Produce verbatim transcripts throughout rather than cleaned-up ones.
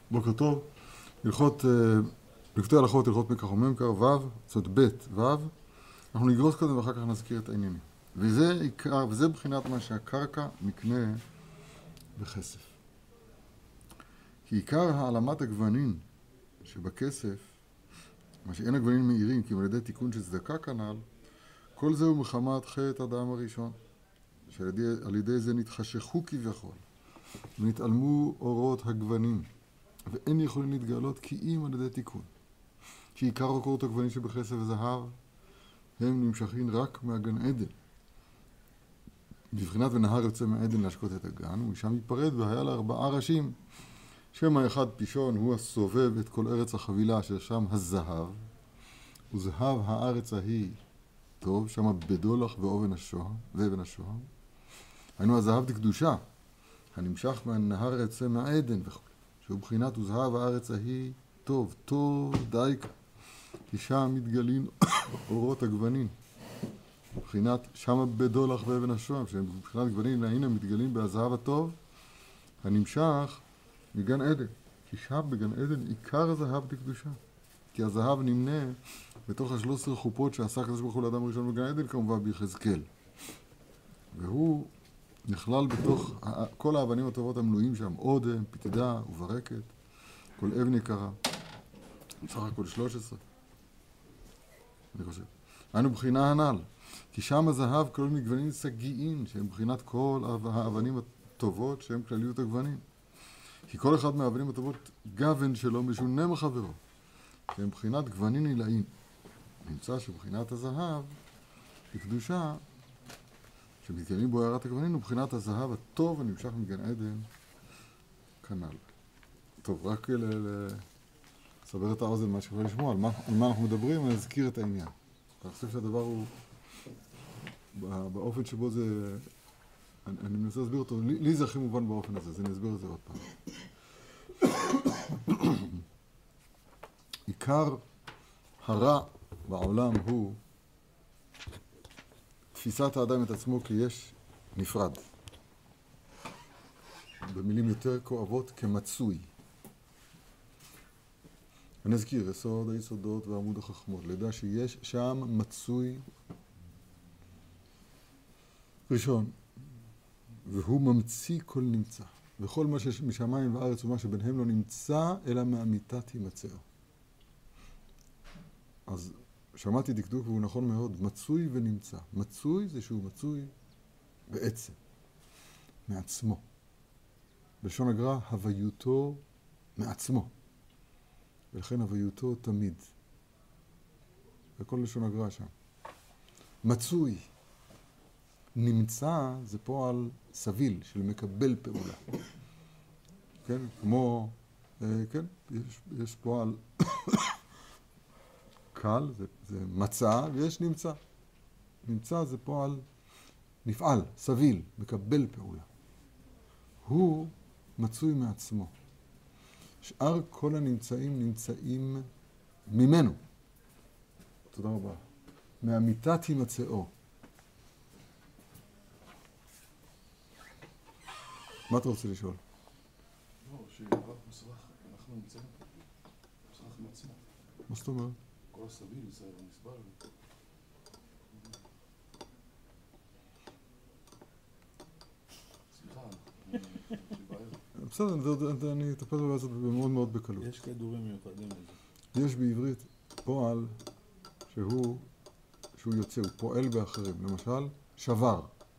בוקר טוב. הלכות, לפתי הלכות, הלכות מקח וממכר, ו', זאת ב', ו'. אנחנו נגרוס קודם ואחר כך נזכיר את העניינים. וזה עיקר, וזה בחינת מה שהקרקע נקנה בכסף. כי עיקר העלמת הגוונים שבכסף, מה שאין הגוונים מהירים, כי על ידי תיקון של צדקה כנ"ל, כל זה הוא מחמת חטא אדם הראשון, שעל ידי, על ידי זה נתחשכו כביכול, ונתעלמו אורות הגוונים, ואין יכולים להתגלות כי אם על ידי תיקון. כי עיקר אורות הגוונים שבכסף וזהב, הם נמשכים רק מהגן עדן. בבחינת ונהר יוצא מהעדן להשקות את הגן, ומשם ייפרד והיה לה ארבעה ראשים. שם האחד פישון הוא הסובב את כל ארץ החבילה, ששם הזהב, וזהב הארץ ההיא טוב, שם בדולח ואובן השוהם, ואבן השוהם. היינו הזהב דקדושה, הנמשך מהנהר יוצא מהעדן וכו', שהוא בחינת וזהב הארץ ההיא טוב, טוב דייקה, כי שם מתגלים אורות הגוונים. בחינת שם בדולח ואבן השוהם, שהם בחינת גוונים, הנה מתגלים בהזהב הטוב, הנמשך מגן עדן. כי שם בגן עדן עיקר הזהב דקדושה. כי הזהב נמנה בתוך השלוש עשרה חופות שעשה הקדוש ברוך הוא לאדם הראשון בגן עדן, כמובן ביחזקאל. והוא נכלל בתוך כל האבנים הטובות המלואים שם, אודם, פתידה וברקת, כל אבן יקרה. סך הכל שלוש עשרה. אני חושב. היינו בחינה הנ"ל. כי שם הזהב כלול מגוונים סגיים, שהם בחינת כל האבנים הטובות, שהם כלליות הגוונים. כי כל אחד מהאבנים הטובות גוון שלו משונה מחברו, שהם בחינת גוונים נלאים. נמצא שבחינת הזהב בקדושה, שמתקיימים בו הערת הגוונים, הוא בחינת הזהב הטוב הנמשך מגן עדן כנ"ל. טוב, רק לסבר את האוזן מה שיכול לשמוע, על מה, על מה אנחנו מדברים, אני אזכיר את העניין. אני חושב שהדבר הוא, באופן שבו זה, אני, אני מנסה להסביר אותו, לי, לי זה הכי מובן באופן הזה, אז אני אסביר את זה עוד פעם. עיקר הרע בעולם הוא תפיסת האדם את עצמו כיש נפרד. במילים יותר כואבות כמצוי. אני אזכיר, יסוד היסודות ועמוד החכמות. לדע שיש שם מצוי ראשון, והוא ממציא כל נמצא. וכל מה שיש משמיים וארץ ומה שביניהם לא נמצא, אלא מאמיתת הימצאו. אז שמעתי דקדוק והוא נכון מאוד, מצוי ונמצא. מצוי זה שהוא מצוי בעצם, מעצמו. בלשון הגר"א, הוויותו מעצמו. ולכן הוויותו תמיד. וכל לשון הגר"א שם. מצוי. נמצא זה פועל סביל של מקבל פעולה. כן? כמו, כן, יש, יש פועל קל, זה, זה מצא, ויש נמצא. נמצא זה פועל נפעל, סביל, מקבל פעולה. הוא מצוי מעצמו. שאר כל הנמצאים נמצאים ממנו. תודה רבה. מאמיתת הימצאו. מה אתה רוצה לשאול? לא, שרק מסרח, אנחנו נמצאים מסרח עם עצמו. מה זאת אומרת? כל הסביל זה נסבל. סליחה, שבעיה. בסדר, אני אטפל בזה הזאת מאוד מאוד בקלות. יש כדורים מיוחדים לזה. יש בעברית פועל שהוא, שהוא יוצא, הוא פועל באחרים. למשל, שבר.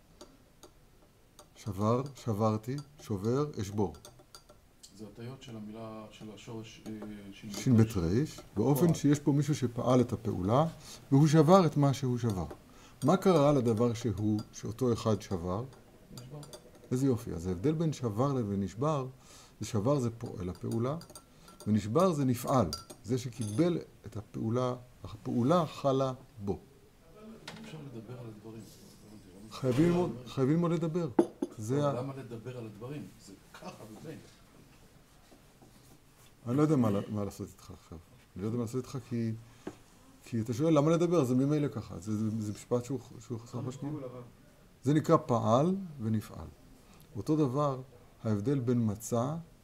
שבר, שברתי, שובר, אשבור. זה הטיות של המילה, של השורש שין בית ריש, באופן שיש פה מישהו שפעל את הפעולה, והוא שבר את מה שהוא שבר. מה קרה לדבר שהוא, שאותו אחד שבר? נשבר. איזה יופי. אז ההבדל בין שבר לבין נשבר, זה שבר זה פועל הפעולה, ונשבר זה נפעל. זה שקיבל את הפעולה, הפעולה חלה בו. אפשר לדבר על הדברים. חייבים ללמוד, חייבים ללמוד לדבר. זה ה... למה לדבר על הדברים? זה ככה ובין. אני לא יודע מה, מה לעשות איתך עכשיו. אני לא יודע מה לעשות איתך כי... כי אתה שואל למה לדבר, זה ממילא ככה. זה, זה, זה משפט שהוא, שהוא חסר משמעות. זה נקרא פעל ונפעל. אותו דבר, ההבדל בין מצא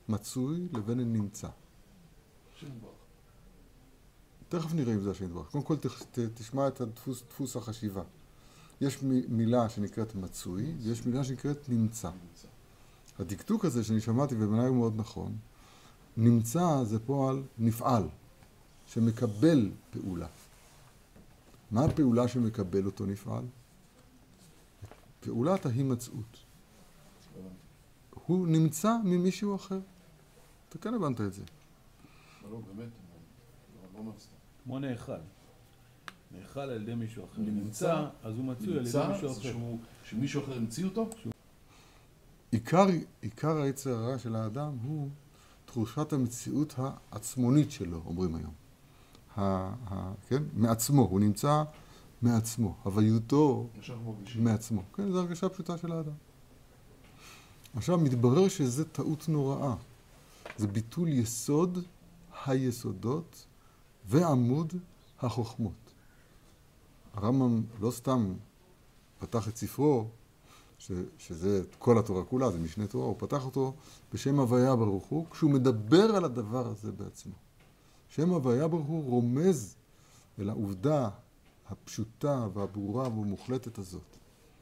מצוי לבין נמצא. השם יתברך. תכף נראה אם זה השם יתברך. קודם כל תש- ת- תשמע את הדפוס, דפוס החשיבה. יש מ- מילה שנקראת מצוי, ויש מילה שנקראת נמצא. נמצא. הדקדוק הזה שאני שמעתי ובעיניי הוא מאוד נכון, נמצא זה פועל נפעל, שמקבל פעולה. מה הפעולה שמקבל אותו נפעל? פעולת ההימצאות. הבנתי. הוא נמצא ממישהו אחר. אתה כן הבנת את זה. אבל לא, באמת, לא- לא אומר סתם. כמו נאכל. נאכל על ידי מישהו אחר. נמצא, נמצא, אז הוא מצוי על ידי נמצא, מישהו זה אחר. שהוא- שמישהו אחר המציא אותו? עיקר, עיקר היצר הרע של האדם הוא תחושת המציאות העצמונית שלו, אומרים היום. ה, ה, כן? מעצמו, הוא נמצא מעצמו. הוויותו מה שאנחנו מרגישים. מעצמו. כן, זו הרגשה פשוטה של האדם. עכשיו, מתברר שזה טעות נוראה. זה ביטול יסוד היסודות ועמוד החוכמות. הרמב"ם לא סתם פתח את ספרו, ש, שזה כל התורה כולה, זה משנה תורה, הוא פתח אותו בשם הוויה ברוך הוא, כשהוא מדבר על הדבר הזה בעצמו. שם הוויה ברוך הוא רומז אל העובדה הפשוטה והברורה והמוחלטת הזאת.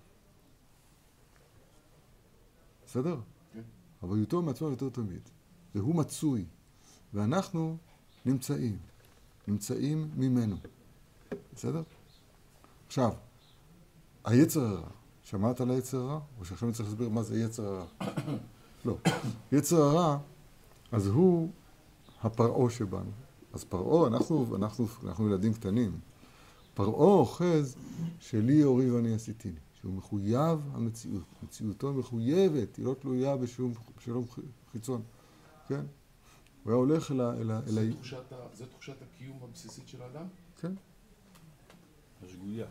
בסדר? כן. הוויותו מעצמו יותר תמיד. והוא מצוי, ואנחנו נמצאים. נמצאים ממנו. בסדר? עכשיו, היצר הרע, שמעת על היצר הרע? או שעכשיו אני צריך להסביר מה זה יצר הרע? לא. יצר הרע, אז הוא הפרעה שבנו. אז פרעה, אנחנו, אנחנו, אנחנו ילדים קטנים. פרעה אוחז שלי אורי ואני עשיתיני. שהוא מחויב המציאות. מציאותו מחויבת, היא לא תלויה בשום שלום חיצון. כן? הוא היה הולך אל ה... אל ה... זה תחושת ה- זה תחושת הקיום הבסיסית של האדם? כן? השגויה.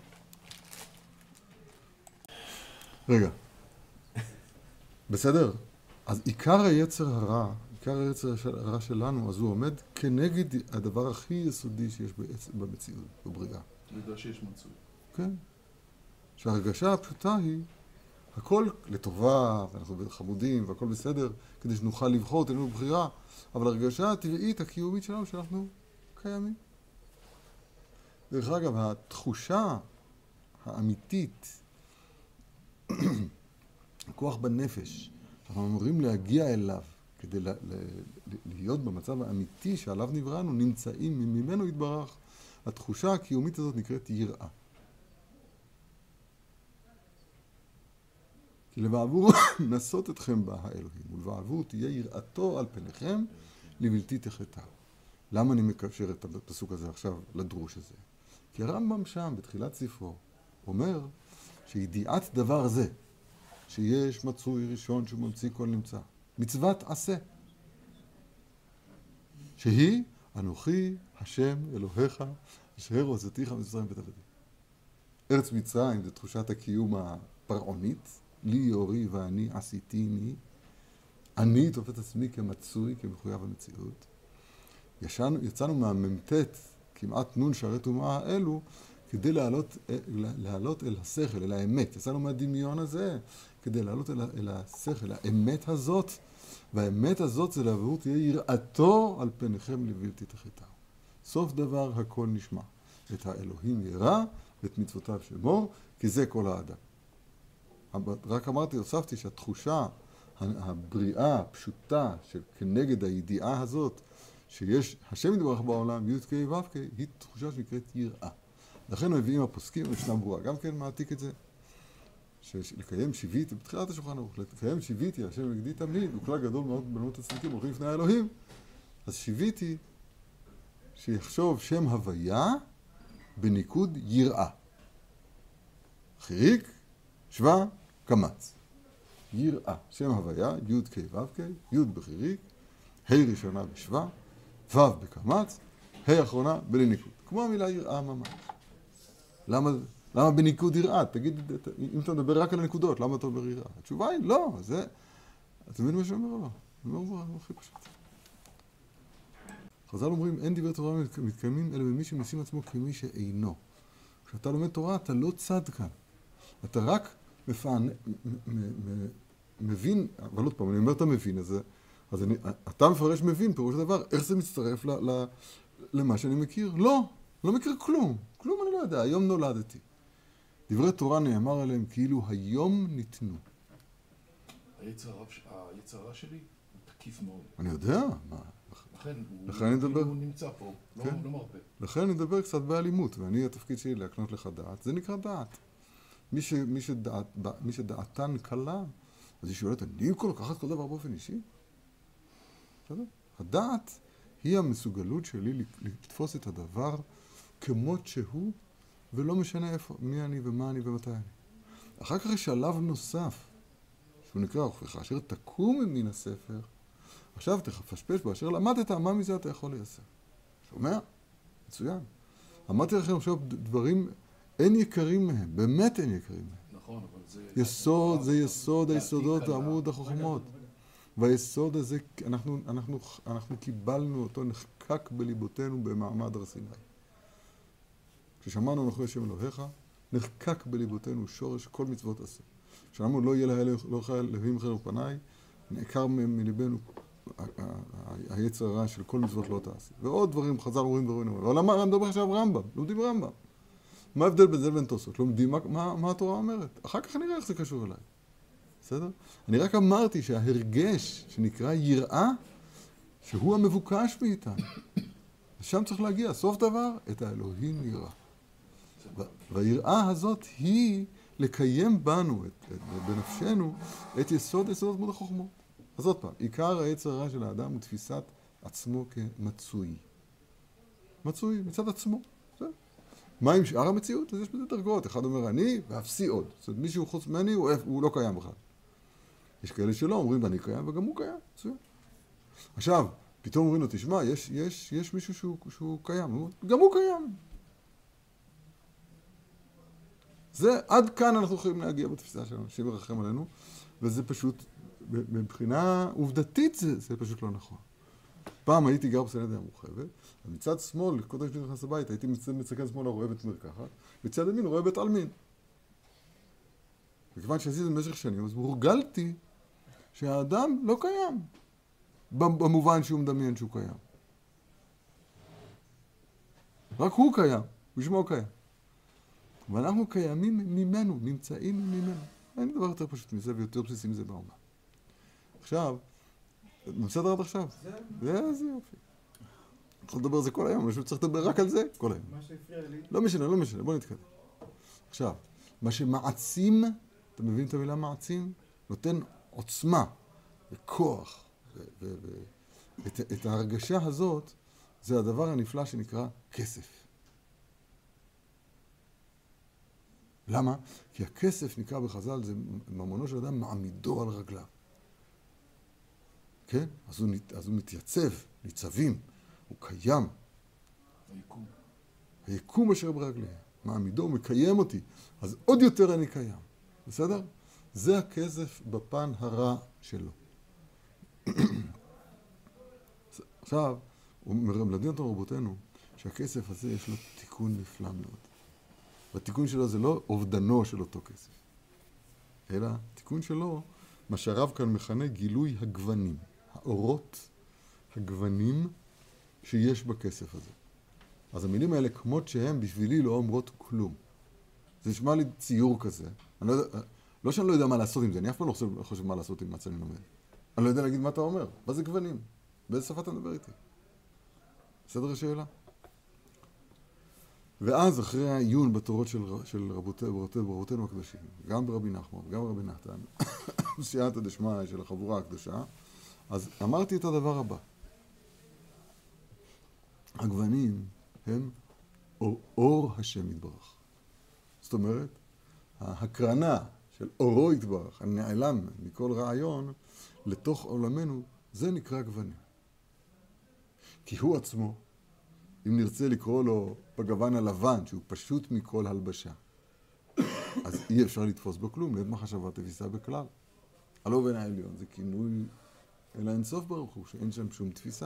רגע. בסדר? אז עיקר היצר הרע, עיקר היצר הרע שלנו, אז הוא עומד כנגד הדבר הכי יסודי שיש בעצ... במציאות, בבריאה. לדע שיש מצוי. כן? שההרגשה הפשוטה היא, הכל לטובה, ואנחנו חמודים, והכל בסדר, כדי שנוכל לבחור, תהיה לנו בחירה, אבל הרגשה הטבעית, הקיומית שלנו, שאנחנו קיימים. דרך אגב, התחושה האמיתית, הכוח בנפש, אנחנו אמורים להגיע אליו, כדי ל- ל- להיות במצב האמיתי שעליו נבראנו, נמצאים, ממנו יתברך, התחושה הקיומית הזאת נקראת יראה. כי לבעבור נסות אתכם בה האלוהים, ולבעבור תהיה יראתו על פניכם לבלתי תחתה. למה אני מקשר את הפסוק הזה עכשיו לדרוש הזה? כי הרמב"ם שם, בתחילת ספרו, אומר שידיעת דבר זה, שיש מצוי ראשון שהוא ממציא כל נמצא, מצוות עשה, שהיא אנוכי השם אלוהיך אשר הוצאתיך ממצרים בית עבדים. ארץ מצרים זה תחושת הקיום הפרעונית, לי אורי ואני עשיתיני, אני תופס את עצמי כמצוי, כמחויב המציאות. ישנו, יצאנו מהממתת, כמעט נון שערי טומאה האלו, כדי לעלות, לעלות אל השכל, אל האמת. יצאנו מהדמיון הזה, כדי לעלות אל, אל השכל, האמת הזאת, והאמת הזאת זה לעבור תהיה יראתו על פניכם לבלתי תחתה. סוף דבר הכל נשמע. את האלוהים ירא, ואת מצוותיו שמור, כי זה כל האדם. רק אמרתי, הוספתי שהתחושה, הבריאה, הפשוטה, שכנגד הידיעה הזאת, שיש השם יתברך בעולם, י' ק' ו' ק', היא תחושה שנקראת יראה. לכן מביאים הפוסקים, משנה ברורה, גם כן מעתיק את זה, שלקיים שיוויתי, בתחילת השולחן ערוך, לקיים שיוויתי, השם יגדי תמיד, הוא כלל גדול מאוד בנות הצדיקים, הולכים לפני האלוהים. אז שיוויתי, שיחשוב שם הוויה בניקוד יראה. חיריק, שווה, קמץ. יראה, שם הוויה, י' ק' ו' ק', י' בחיריק, ה' ראשונה בשווה, ו' בקמץ, ה' אחרונה בלי ניקוד. כמו המילה יראה ממש. למה, למה בניקוד יראה? תגיד, אם אתה מדבר רק על הנקודות, למה אתה אומר יראה? התשובה היא, לא, זה... אתה מבין מה שאומר או לא? זה אומר הכי פשוט. חז"ל אומרים, אין דברי תורה מתקיימים אלא במי שמשים עצמו כמי שאינו. כשאתה לומד תורה, אתה לא צד כאן. אתה רק מפענ... מבין, אבל עוד פעם, אני אומר אתה מבין, אז אז אני, אתה מפרש מבין, פירוש הדבר, איך זה מצטרף ל, ל, למה שאני מכיר? לא, לא מכיר כלום. כלום אני לא יודע, היום נולדתי. דברי תורה נאמר עליהם כאילו היום ניתנו. היצרה שלי הוא תקיף מאוד. אני יודע, מה? לכן לכן אני מדבר. הוא נמצא פה, לא, כן. לא מרפא. לכן אני מדבר קצת באלימות, ואני, התפקיד שלי להקנות לך דעת, זה נקרא דעת. מי, ש, מי, שדעת, מי שדעתן קלה, אז היא שואלת, אני כל לקחת כל דבר באופן אישי? בסדר? הדעת היא המסוגלות שלי לתפוס את הדבר כמות שהוא, ולא משנה איפה, מי אני ומה אני ומתי אני. אחר כך יש שלב נוסף, שהוא נקרא וכאשר תקום מן הספר, עכשיו תפשפש באשר למדת, מה מזה אתה יכול ליישם? שומע? מצוין. אמרתי לכם עכשיו דברים, אין יקרים מהם, באמת אין יקרים מהם. נכון, אבל זה... יסוד, זה יסוד היסודות ועמוד החוכמות. והיסוד הזה, אנחנו, אנחנו, אנחנו קיבלנו אותו, נחקק בליבותינו במעמד הר סיני. כששמענו אנוכי השם אלוהיך, נחקק בליבותינו שורש כל מצוות עשה. כשאמרנו לא יהיה לאלוהי אלוהים אחר פניי, נעקר מליבנו היצר הרע של כל מצוות לא תעשה. ועוד דברים, חז"ל אומרים דברים, אבל למה אני מדבר עכשיו רמב"ם? לומדים רמב"ם. מה ההבדל בין זה לבין תוספות? לומדים מה, מה, מה התורה אומרת. אחר כך נראה איך זה קשור אליי. בסדר? אני רק אמרתי שההרגש שנקרא יראה, שהוא המבוקש מאיתנו. ושם צריך להגיע, סוף דבר, את האלוהים יראה. והיראה הזאת היא לקיים בנו, את, את, בנפשנו, את יסוד יסוד עמוד החוכמות. אז עוד פעם, עיקר היצר הרע של האדם הוא תפיסת עצמו כמצוי. מצוי מצד עצמו. בסדר? מה עם שאר המציאות? אז יש בזה דרגות. אחד אומר אני, ואפסי עוד. זאת אומרת, מישהו חוץ ממני, הוא, הוא לא קיים בכלל. יש כאלה שלא אומרים, ואני קיים, וגם הוא קיים. בסדר? עכשיו, פתאום אומרים לו, תשמע, יש, יש, יש מישהו שהוא, שהוא קיים. הוא, גם הוא קיים. זה, עד כאן אנחנו יכולים להגיע בתפיסה שלנו, שירחם עלינו, וזה פשוט, מבחינה עובדתית זה, זה פשוט לא נכון. פעם הייתי גר בסנדה המורחבת, ומצד שמאל, קודם שאני נכנס לבית, הייתי מצקן שמאל רואה בית מרקחת, מצד ימין רואה בית עלמין. וכיוון שעשיתי את זה במשך שנים, אז הורגלתי שהאדם לא קיים, במובן שהוא מדמיין שהוא קיים. רק הוא קיים, ושמו קיים. ואנחנו קיימים ממנו, נמצאים ממנו. אין דבר יותר פשוט מזה ויותר בסיסי מזה בעולם. עכשיו, בסדר עד עכשיו? זה, זה יופי. אני יכול לדבר על זה כל היום, אני צריך לדבר רק על זה כל היום. מה שהפריע לי... לא משנה, לא משנה, בוא נתקדם. עכשיו, מה שמעצים, אתה מבין את המילה מעצים? נותן עוצמה וכוח, ואת ההרגשה הזאת, זה הדבר הנפלא שנקרא כסף. למה? כי הכסף נקרא בחז"ל, זה ממונו של אדם מעמידו על רגליו. כן? אז הוא, אז הוא מתייצב, ניצבים, הוא קיים. היקום. היקום אשר ברגליהם. מעמידו, הוא מקיים אותי. אז עוד יותר אני קיים. בסדר? זה הכסף בפן הרע שלו. עכשיו, מלמדים אותנו רבותינו, שהכסף הזה יש לו תיקון נפלא מאוד. והתיקון שלו זה לא אובדנו של אותו כסף, אלא התיקון שלו, מה שהרב כאן מכנה גילוי הגוונים, האורות, הגוונים שיש בכסף הזה. אז המילים האלה כמות שהם בשבילי לא אומרות כלום. זה נשמע לי ציור כזה. אני לא, יודע, לא שאני לא יודע מה לעשות עם זה, אני אף פעם לא חושב, חושב מה לעשות עם מה שאני לומד. אני לא יודע להגיד מה אתה אומר. מה זה גוונים? באיזה שפה אתה מדבר איתי? בסדר השאלה? ואז אחרי העיון בתורות של, של רבותינו, רבותינו הקדושים, גם ברבי נחמן וגם ברבי נתן, סייעתא דשמיא של החבורה הקדושה, אז אמרתי את הדבר הבא. הגוונים הם אור, אור השם יתברך. זאת אומרת, ההקרנה של אורו יתברך, הנעלם מכל רעיון, לתוך עולמנו, זה נקרא גוונים. כי הוא עצמו, אם נרצה לקרוא לו בגוון הלבן, שהוא פשוט מכל הלבשה, אז אי אפשר לתפוס בו כלום, לית מחשבה תפיסה בכלל. הלובן העליון זה כינוי אל האינסוף ברוך הוא, שאין שם שום תפיסה.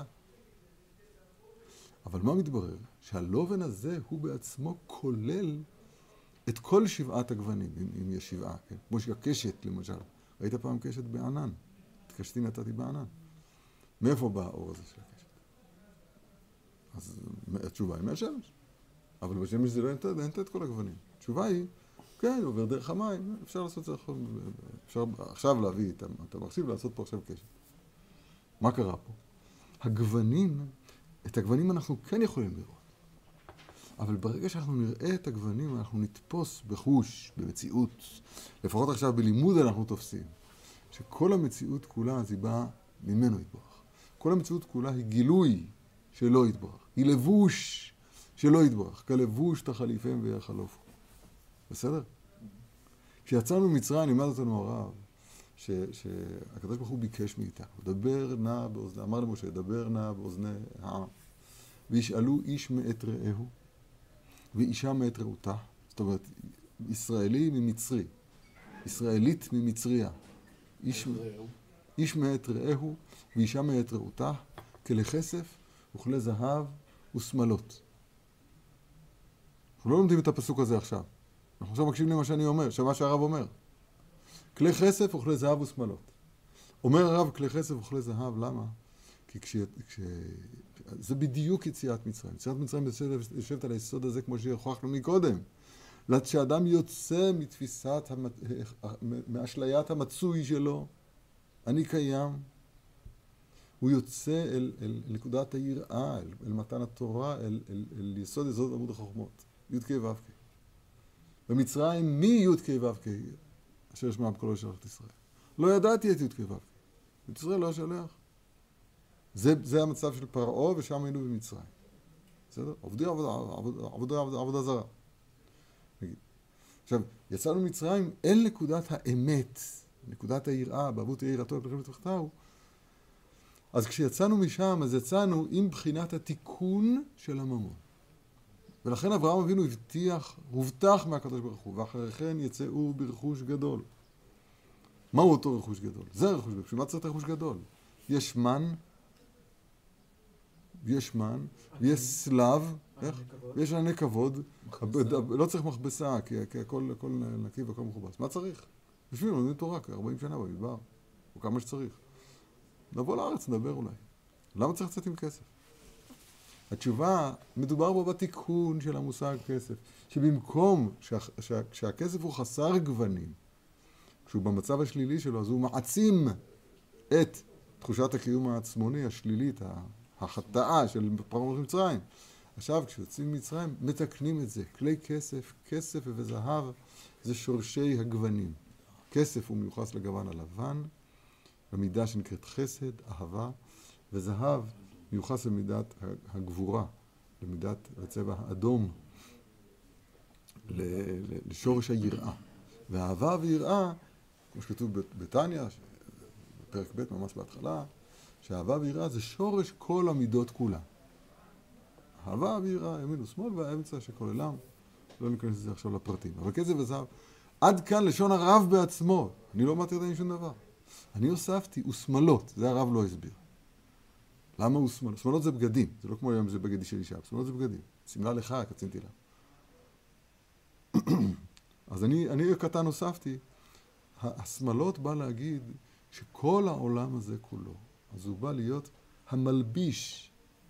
אבל מה מתברר? שהלובן הזה הוא בעצמו כולל את כל שבעת הגוונים, אם, אם יש שבעה, כן? כמו שהקשת למשל. ראית פעם קשת בענן? את קשתי נתתי בענן. מאיפה בא האור הזה של הקשת? אז התשובה היא מהשמש. אבל בשמש זה לא נתת את כל הגוונים. התשובה היא, כן, עובר דרך המים, אפשר לעשות את זה, אפשר עכשיו להביא את המחשיב, לעשות פה עכשיו קשת. מה קרה פה? הגוונים, את הגוונים אנחנו כן יכולים לראות. אבל ברגע שאנחנו נראה את הגוונים, אנחנו נתפוס בחוש, במציאות. לפחות עכשיו בלימוד אנחנו תופסים. שכל המציאות כולה, אז היא באה ממנו יתברך. כל המציאות כולה היא גילוי שלא יתברך. היא לבוש שלא יתברך. כלבוש תחליפם ויחלופו. בסדר? כשיצאנו ממצרים, לימד אותנו הרב, שהקדוש ברוך הוא ביקש מאיתנו. דבר נא באוזני, אמר למשה, דבר נא באוזני העם. וישאלו איש מאת רעהו, ואישה מאת רעותה. זאת אומרת, ישראלי ממצרי. ישראלית ממצריה. איש, איש מאת רעהו, ואישה מאת רעותה, כלי כסף וכלי זהב ושמלות. אנחנו לא לומדים את הפסוק הזה עכשיו. אנחנו עכשיו מקשיבים למה שאני אומר, שמה שהרב אומר. כלי כסף וכלי זהב ושמלות. אומר הרב כלי כסף וכלי זהב, למה? כי כש... כש... זה בדיוק יציאת מצרים. יציאת מצרים יושבת על היסוד הזה כמו שהוכחנו מקודם. כשאדם יוצא מתפיסת, המת... מאשליית המצוי שלו, אני קיים, הוא יוצא אל, אל, אל נקודת היראה, אל, אל מתן התורה, אל, אל, אל יסוד יסוד עמוד החוכמות. י' כ' ו' כ'. במצרים מי י' כ' ו' כ' אשר ישמע בקולו של ארץ ישראל. לא ידעתי את י' כ' ו' כ'. את ישראל לא השלח. זה, זה המצב של פרעה, ושם היינו במצרים. בסדר? עובדי עבודה, עבודה, עבודה, עבודה, עבודה זרה. נגיד. עכשיו, יצאנו ממצרים אל נקודת האמת, נקודת היראה, באבות יראתו לפניכם ותחתיו. אז כשיצאנו משם, אז יצאנו עם בחינת התיקון של הממון. ולכן אברהם אבינו הבטיח, הובטח מהקדוש ברוך הוא, ואחרי כן יצאו ברכוש גדול. מהו אותו רכוש גדול? זה רכוש גדול. שמה צריך רכוש גדול? יש מן, יש מן, ויש סלב, ויש עני כבוד. לא צריך מכבסה, כי הכל נקי והכל מכובס. מה צריך? בשביל לומדים תורה, כ-ארבעים שנה במדבר, או כמה שצריך. נבוא לארץ, נדבר אולי. למה צריך לצאת עם כסף? התשובה, מדובר בו בתיקון של המושג כסף, שבמקום שה, שה, שהכסף הוא חסר גוונים, כשהוא במצב השלילי שלו, אז הוא מעצים את תחושת הקיום העצמוני, השלילית, החטאה של פרעה מצרים. עכשיו, כשיוצאים ממצרים, מתקנים את זה. כלי כסף, כסף וזהב, זה שורשי הגוונים. כסף הוא מיוחס לגוון הלבן, במידה שנקראת חסד, אהבה, וזהב מיוחס למידת הגבורה, למידת הצבע האדום, לשורש היראה. והאהבה ויראה, כמו שכתוב בתניא, בפרק ב' ממש בהתחלה, שהאהבה ויראה זה שורש כל המידות כולה. אהבה ויראה, ימין ושמאל, והאמצע שכוללם, לא ניכנס לזה עכשיו לפרטים. אבל כסף וזהב, עד כאן לשון הרב בעצמו, אני לא אמרתי עדיין שום דבר. אני הוספתי, ושמלות, זה הרב לא הסביר. למה הוא שמאלות? שמאלות זה בגדים, זה לא כמו היום זה בגדי של אישה, שמאלות זה בגדים. שמלה לך, קצינתי לה. אז אני, אני קטן הוספתי, השמאלות בא להגיד שכל העולם הזה כולו, אז הוא בא להיות המלביש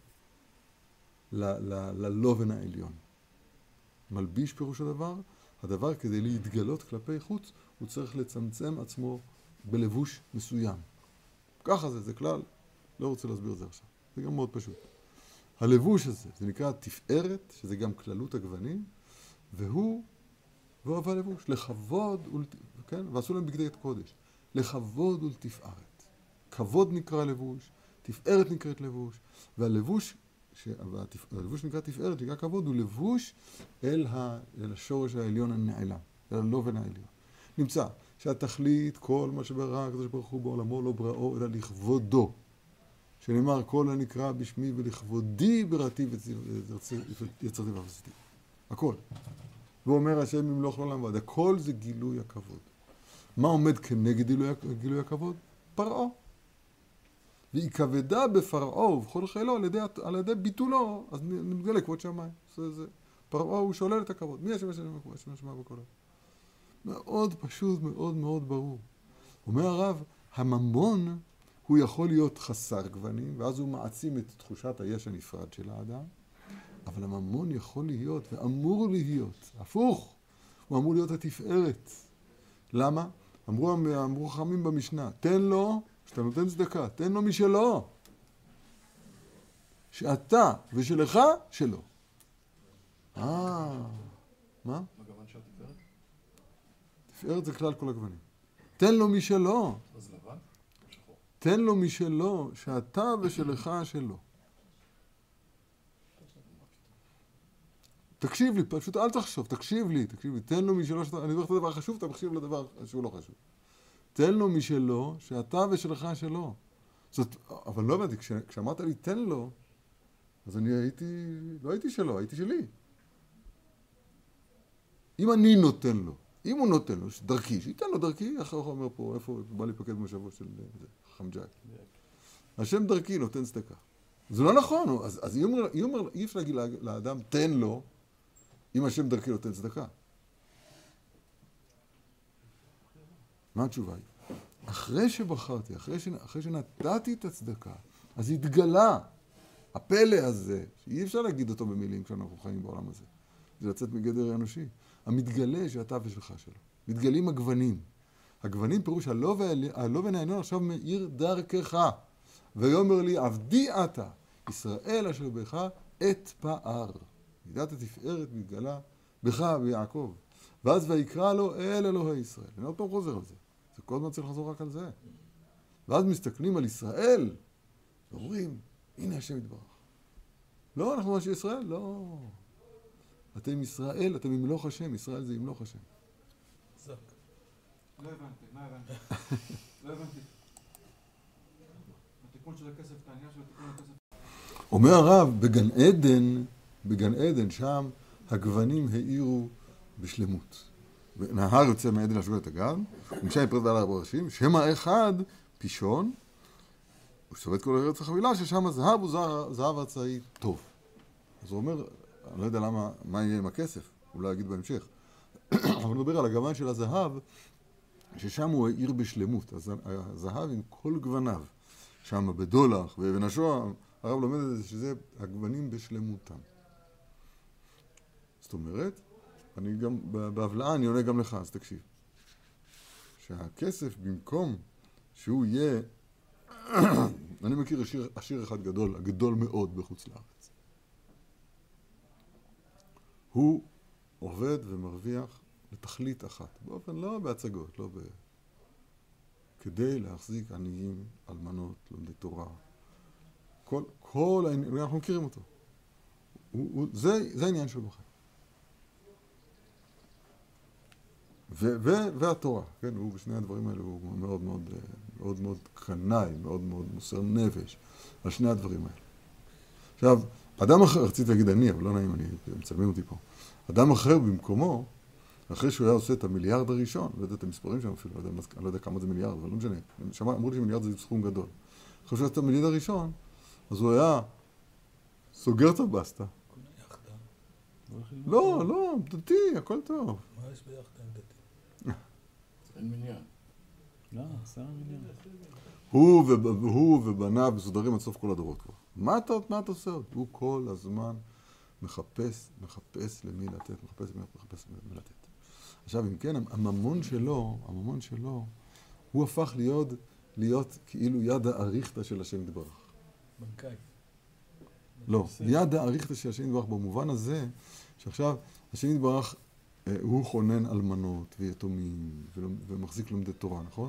ללובן העליון. מלביש פירוש הדבר, הדבר כדי להתגלות כלפי חוץ, הוא צריך לצמצם עצמו בלבוש מסוים. ככה זה, זה כלל. לא רוצה להסביר את זה עכשיו. זה גם מאוד פשוט. הלבוש הזה, זה נקרא תפארת, שזה גם כללות הגוונים, והוא, והוא אהבה לבוש, לכבוד, כן? ועשו להם בגדי קודש. לכבוד ולתפארת. כבוד נקרא לבוש, תפארת נקראת לבוש, והלבוש, הלבוש שנקרא תפארת, נקרא כבוד, הוא לבוש אל, ה, אל השורש העליון הנעלם, אל הלובן העליון. נמצא שהתכלית, כל מה שברא הקדוש ברוך הוא בעולמו לא בראו, אלא לכבודו. שנאמר, כל הנקרא בשמי ולכבודי בראתי ויצרתי ועשיתי. הכל. ואומר השם ימלוך לעולם ועד. הכל זה גילוי הכבוד. מה עומד כנגד גילוי, גילוי הכבוד? פרעה. והיא כבדה בפרעה ובכל חילו על ידי, על ידי ביטולו, אז נמגלה כבוד שמיים. זה, זה. פרעה הוא שולל את הכבוד. מי השם השם השם השם בקולו? מאוד פשוט, מאוד מאוד ברור. אומר הרב, הממון הוא יכול להיות חסר גוונים, ואז הוא מעצים את תחושת היש הנפרד של האדם, אבל הממון יכול להיות ואמור להיות, הפוך, הוא אמור להיות התפארת. למה? אמרו, אמרו חכמים במשנה, תן לו, שאתה נותן צדקה, תן לו משלו. שאתה ושלך, שלו. אה, מה? מה גוון של התפארת? תפארת זה כלל כל הגוונים. תן לו משלו. אז לבן או שחור? תן לו משלו, שאתה ושלך, שלו. תקשיב לי, פשוט אל תחשוב, תקשיב לי, תקשיב לי, תן לו משלו, שאתה, אני אומר את הדבר החשוב, אתה מקשיב לדבר שהוא לא חשוב. תן לו משלו, שאתה ושלך שלו. זאת, אבל לא הבנתי, כש, כשאמרת לי תן לו, אז אני הייתי, לא הייתי שלו, הייתי שלי. אם אני נותן לו, אם הוא נותן לו, דרכי, שייתן לו דרכי, אחר כך אומר פה, איפה בא לי פקד משבו של חכם ג'אק. השם דרכי נותן צדקה. זה לא נכון, אז, אז אי, אומר, אי, אומר, אי אפשר להגיד לאדם, תן לו, אם השם דרכי נותן צדקה. מה התשובה היא? אחרי שבחרתי, אחרי, ש... אחרי שנתתי את הצדקה, אז התגלה הפלא הזה, שאי אפשר להגיד אותו במילים כשאנחנו חיים בעולם הזה. זה לצאת מגדר האנושי. המתגלה שאתה ושלך שלו. מתגלים הגוונים. הגוונים פירוש הלובן העליון עכשיו מאיר דרכך. ויאמר לי, עבדי אתה, ישראל אשר בך אתפאר. מידת התפארת מתגלה בך ויעקב. ואז ויקרא לו אל אלוהי ישראל. אני עוד פעם חוזר על זה. זה כל הזמן צריך לחזור רק על זה. ואז מסתכלים על ישראל, ואומרים, הנה השם יתברך. לא, אנחנו אנשי ישראל? לא. אתם ישראל, אתם ימלוך השם, ישראל זה ימלוך השם. זק. לא הבנתי, מה הבנתי? לא הבנתי. התיקון של הכסף, העניין של התיקון הכסף. אומר הרב, בגן עדן, בגן עדן, שם הגוונים האירו בשלמות. נהר יוצא מעדן לשגור את הגן, ומשם יפרד ועל ארבע ראשים, שם האחד פישון, הוא שובד כל ארץ החבילה, ששם הזהב הוא זהב הצעי טוב. אז הוא אומר, אני לא יודע למה, מה יהיה עם הכסף, אולי אגיד בהמשך. אבל נדבר על הגוון של הזהב, ששם הוא העיר בשלמות. אז הזהב עם כל גווניו, שם בדולח ואבן השוהם, הרב לומד את זה שזה הגוונים בשלמותם. זאת אומרת, אני גם, בהבלעה אני עונה גם לך, אז תקשיב. שהכסף במקום שהוא יהיה, אני מכיר עשיר, עשיר אחד גדול, גדול מאוד בחוץ לארץ. הוא עובד ומרוויח לתכלית אחת, באופן לא בהצגות, לא ב... כדי להחזיק עניים, אלמנות, לומדי תורה. כל, כל העניין, אנחנו מכירים אותו. הוא, הוא, זה, זה העניין שלו בחיים. ו- ו- והתורה, כן, הוא בשני הדברים האלה הוא מאוד מאוד, מאוד מאוד קנאי, מאוד מאוד מוסר נפש, על שני הדברים האלה. עכשיו, אדם אחר, רציתי להגיד אני, אבל לא נעים, אני מצלמים אותי פה. אדם אחר במקומו, אחרי שהוא היה עושה את המיליארד הראשון, לא יודע את המספרים שם אפילו, לא יודע, אני לא יודע כמה זה מיליארד, אבל לא משנה. שמע, אמרו לי שמיליארד זה סכום גדול. אחרי שהוא עושה את המיליארד הראשון, אז הוא היה סוגר את הבסטה. לא, לא, דתי, הכל טוב. מה יש ביחד עם דתי? אין מניין. לא, עשר מיליון. הוא, וב, הוא ובניו מסודרים עד סוף כל הדורות כבר. מה אתה, מה אתה עושה עוד? הוא כל הזמן מחפש, מחפש למי לתת, מחפש למי, מחפש למי לתת. עכשיו, אם כן, הממון שלו, הממון שלו, הוא הפך להיות, להיות כאילו יד האריכתא של השם יתברך. בנקאי. לא, יד האריכתא של השם יתברך במובן הזה, שעכשיו השם יתברך הוא חונן אלמנות ויתומים ומחזיק לומדי תורה, נכון?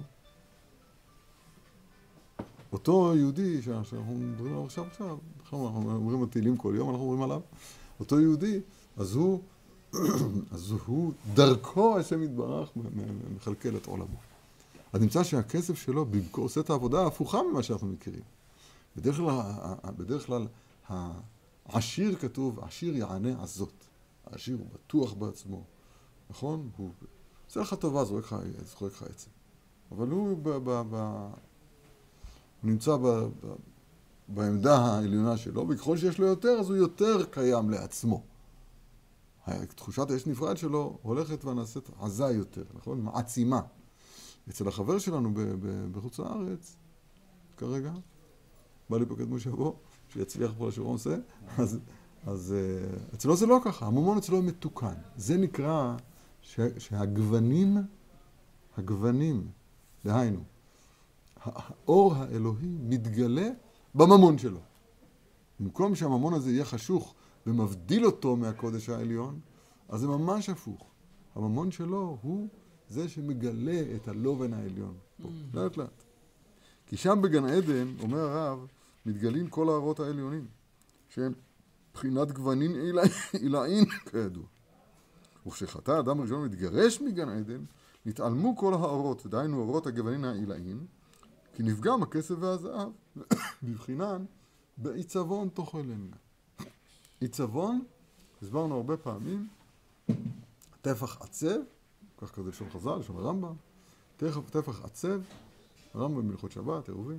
אותו יהודי שאנחנו מדברים עליו עכשיו עכשיו, אנחנו אומרים התהילים כל יום, אנחנו אומרים עליו, אותו יהודי, אז הוא, אז הוא דרכו השם יתברך מחלקל את עולמו. אז נמצא שהכסף שלו במקום עושה את העבודה ההפוכה ממה שאנחנו מכירים. בדרך כלל, בדרך כלל העשיר כתוב, עשיר יענה עזות. העשיר הוא בטוח בעצמו, נכון? הוא עושה לך טובה, זורק לך עצם. אבל הוא ב, ב, ב, נמצא ב, ב, בעמדה העליונה שלו, וככל שיש לו יותר, אז הוא יותר קיים לעצמו. תחושת האש נפרד שלו הולכת ונעשית עזה יותר, נכון? מעצימה. אצל החבר שלנו ב, ב, בחוץ לארץ, כרגע, בא להיפקד מושבו, שיצליח פה לשבור עושה, אז, אז אצלו זה לא ככה, הממון אצלו מתוקן. זה נקרא ש, שהגוונים, הגוונים, דהיינו, האור האלוהי מתגלה בממון שלו. במקום שהממון הזה יהיה חשוך ומבדיל אותו מהקודש העליון, אז זה ממש הפוך. הממון שלו הוא זה שמגלה את הלובן העליון. פה, לאט לאט. כי שם בגן עדן, אומר הרב, מתגלים כל האורות העליונים, שהם בחינת גוונים עילאין, כידוע. וכשחטא האדם הראשון מתגרש מגן עדן, נתעלמו כל האורות, דהיינו אורות הגוונים העילאין, כי נפגם הכסף והזהב, בבחינן, בעיצבון תאכלנה. עיצבון, הסברנו הרבה פעמים, טפח עצב, כך כזה לשון חז"ל, לשון הרמב"ם, טפח עצב, הרמב"ם בהלכות שבת, עירובין,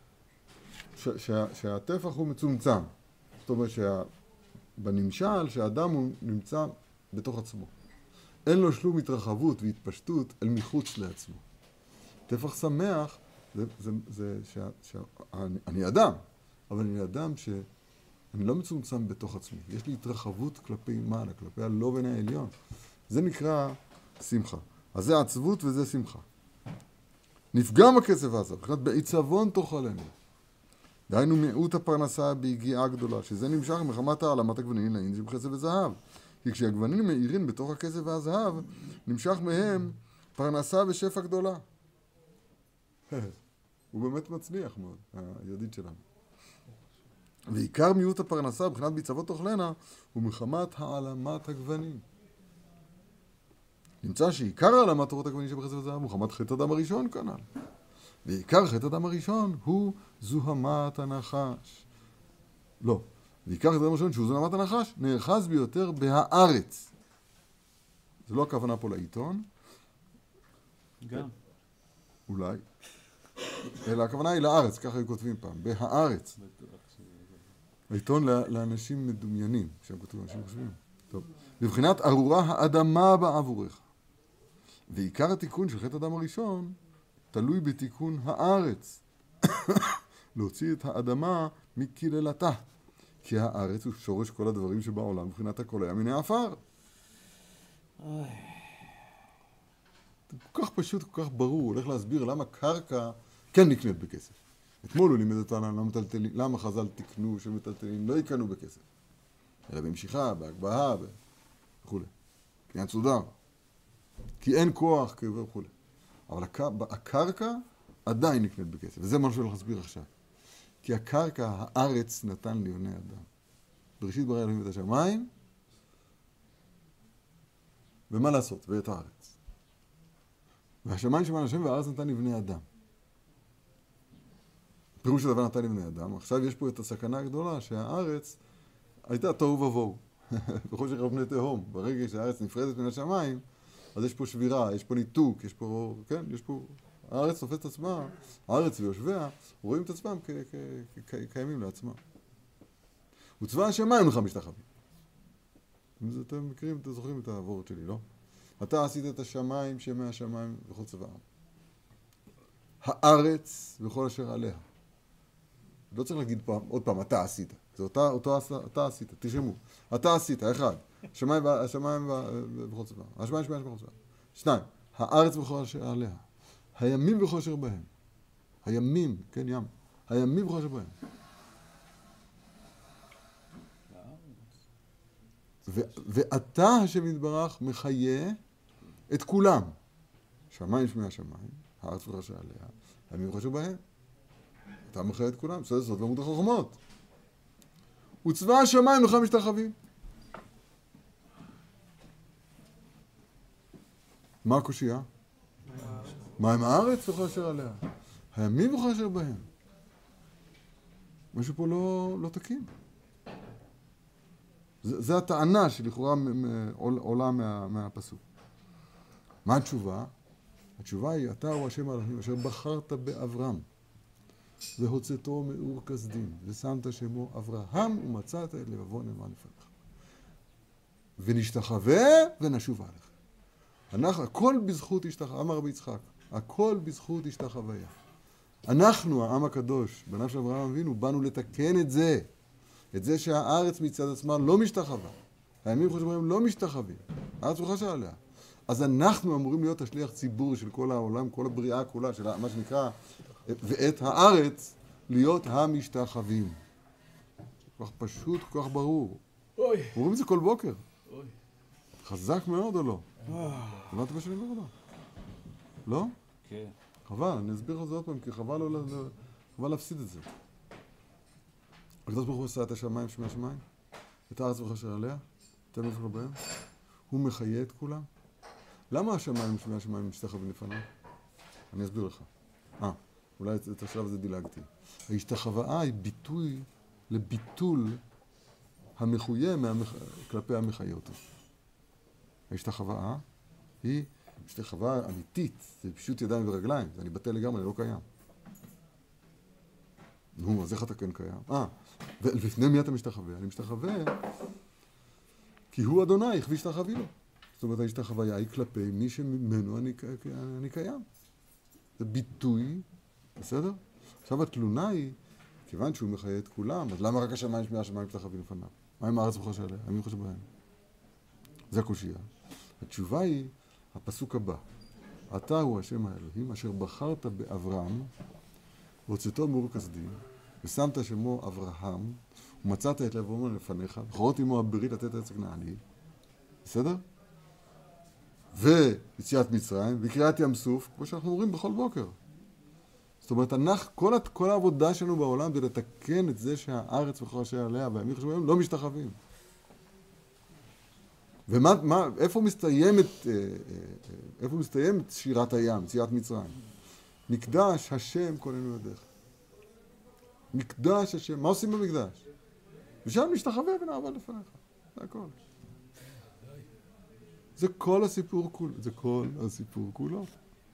שהטפח הוא מצומצם. זאת אומרת שבנמשל שהאדם הוא נמצא בתוך עצמו. אין לו שלום התרחבות והתפשטות אל מחוץ לעצמו. טפח שמח זה, זה, זה שה, שה, אני, אני אדם, אבל אני אדם שאני לא מצומצם בתוך עצמי. יש לי התרחבות כלפי מעלה, כלפי הלובן העליון. זה נקרא שמחה. אז זה עצבות וזה שמחה. נפגם הכסף הזה, בכלל בעיצבון תאכלנה. דהיינו מיעוט הפרנסה בהגיעה גדולה, שזה נמשך מחמת העלמת הגוונים העילאין שבכסף וזהב. כי כשהגוונים מאירים בתוך הכסף והזהב, נמשך מהם פרנסה ושפע גדולה. הוא באמת מצליח מאוד, הידיד שלנו. ועיקר מיעוט הפרנסה מבחינת בעיצבון תאכלנה הוא מחמת העלמת הגוונים. נמצא שעיקר העלמת אורות הגוונים שבכסף וזהב הוא מחמת חטא אדם הראשון כנ"ל. ועיקר חטא אדם הראשון הוא זוהמת הנחש. לא. ועיקר חטא אדם הראשון שהוא זוהמת הנחש נאחז ביותר בהארץ. זה לא הכוונה פה לעיתון. גם. אולי. אלא הכוונה היא לארץ, ככה היו כותבים פעם. בהארץ. העיתון לאנשים מדומיינים, כשהם כותבים אנשים חושבים. טוב. בבחינת ארורה האדמה בעבורך. ועיקר התיקון של חטא אדם הראשון תלוי בתיקון הארץ. להוציא את האדמה מקללתה. כי הארץ הוא שורש כל הדברים שבעולם, מבחינת הכל היה מיני עפר. זה כל כך פשוט, כל כך ברור, הוא הולך להסביר למה קרקע כן נקנית בכסף. אתמול הוא לימד אותנו למה, למה חז"ל תקנו שמטלטלים לא יקנו בכסף. אלא במשיכה, בהגבהה וכו'. עניין סודר. כי אין כוח וכו'. אבל הקרקע עדיין נקנית בכסף. וזה מה שאני הולך להסביר עכשיו. כי הקרקע, הארץ נתן ליוני אדם. בראשית ברא אלוהים את השמיים, ומה לעשות? ואת הארץ. והשמיים שמיים השם והארץ נתן לבני אדם. פירוש הדבר נתן לבני אדם. עכשיו יש פה את הסכנה הגדולה שהארץ הייתה תוהו ובוהו. בחושך על פני תהום. ברגע שהארץ נפרדת מן השמיים, אז יש פה שבירה, יש פה ניתוק, יש פה, כן, יש פה... הארץ תופס את עצמה, הארץ ויושביה, רואים את עצמם כקיימים לעצמם. וצבא השמיים לך משתחווים. אתם מכירים, אתם זוכרים את העבורת שלי, לא? אתה עשית את השמיים שמהשמיים וכל צבאם. הארץ וכל אשר עליה. לא צריך להגיד פעם, עוד פעם, אתה עשית. זה אותה, אותו, אתה עשית, תשמעו. אתה עשית, אחד. השמיים, השמיים וכל צבאם. השמיים שמיים וכל צבאם. שניים, הארץ וכל אשר עליה. הימים וכל אשר בהם. הימים, כן, ים. הימים וכל אשר בהם. ואתה, השם יתברך, מחיה את כולם. שמיים שמי השמיים, הארץ וכל אשר עליה, הימים וכל אשר בהם. אתה מחיה את כולם, סוד סוד למוד החוכמות. וצבא השמיים לך משתחווים. מה הקושייה? מה עם הארץ וכל אשר עליה? הימים וכל אשר בהם. משהו פה לא, לא תקין. זה, זה הטענה שלכאורה עולה מה, מהפסוק. מה התשובה? התשובה היא, אתה הוא השם אלוהים אשר בחרת באברהם, והוצאתו מאור כסדים, ושמת שמו אברהם, ומצאת את לבבו נאמן לפניך. ונשתחווה ונשוב עליך. אנחנו, הכל בזכות השתחווה, אמר רבי יצחק, הכל בזכות השתחוויה. אנחנו, העם הקדוש, בניו של אברהם אבינו, באנו לתקן את זה. את זה שהארץ מצד עצמה לא משתחווה. הימים חושבים לא משתחווים. הארץ וחשה עליה. אז אנחנו אמורים להיות השליח ציבור של כל העולם, כל הבריאה כולה, של מה שנקרא, ואת הארץ להיות המשתחווים. כל כך פשוט, כל כך ברור. אוי. אומרים את זה כל בוקר. אוי. חזק מאוד או לא? הבנת מה שאני אומר או לא? לא? כן. חבל, אני אסביר לך זה עוד פעם, כי חבל לא, לא, חבל להפסיד את זה. הקדוש ברוך הוא עשה את השמיים שמי השמיים, את הארץ וחשר עליה, את המפך בהם, הוא מחיה את כולם. למה השמיים שמי השמיים משתחווים לפניו? אני אסביר לך. אה, אולי את השלב הזה דילגתי. ההשתחוואה היא ביטוי לביטול המחויה מהמח... כלפי המחיה אותו. ההשתחוואה היא השתחוואה אמיתית, זה פשוט ידיים ורגליים, זה אני בטל לגמרי, לא קיים. נו, אז איך אתה כן קיים? אה, ולפני מי אתה משתחווה? אני משתחווה כי הוא אדוני, כפי שתחווי לו. זאת אומרת, ההשתחוויה היא כלפי מי שממנו אני, אני קיים. זה ביטוי, בסדר? עכשיו התלונה היא, כיוון שהוא מחיה את כולם, אז למה רק השמיים שמי השמיים משתחווים לפניו? מה עם הארץ וחשה עליה? מי חושב בהם? זה הקושייה. התשובה היא, הפסוק הבא, אתה הוא השם האלוהים אשר בחרת באברהם והוצאתו מאור כסדים ושמת שמו אברהם ומצאת את לבבו לפניך וכרות עמו הברית לתת ארץ כנעני, בסדר? ויציאת מצרים וקריעת ים סוף, כמו שאנחנו אומרים בכל בוקר. זאת אומרת, אנחנו, כל, כל העבודה שלנו בעולם זה לתקן את זה שהארץ וחרשי עליה והימים חשובים לא משתחווים. ומה, מה, איפה מסתיימת, איפה מסתיימת שירת הים, יציאת מצרים? מקדש השם כוננו ידיך. מקדש השם, מה עושים במקדש? ושם נשתחווה ונעבוד לפניך, זה הכל. זה כל הסיפור כולו, זה כל הסיפור כולו.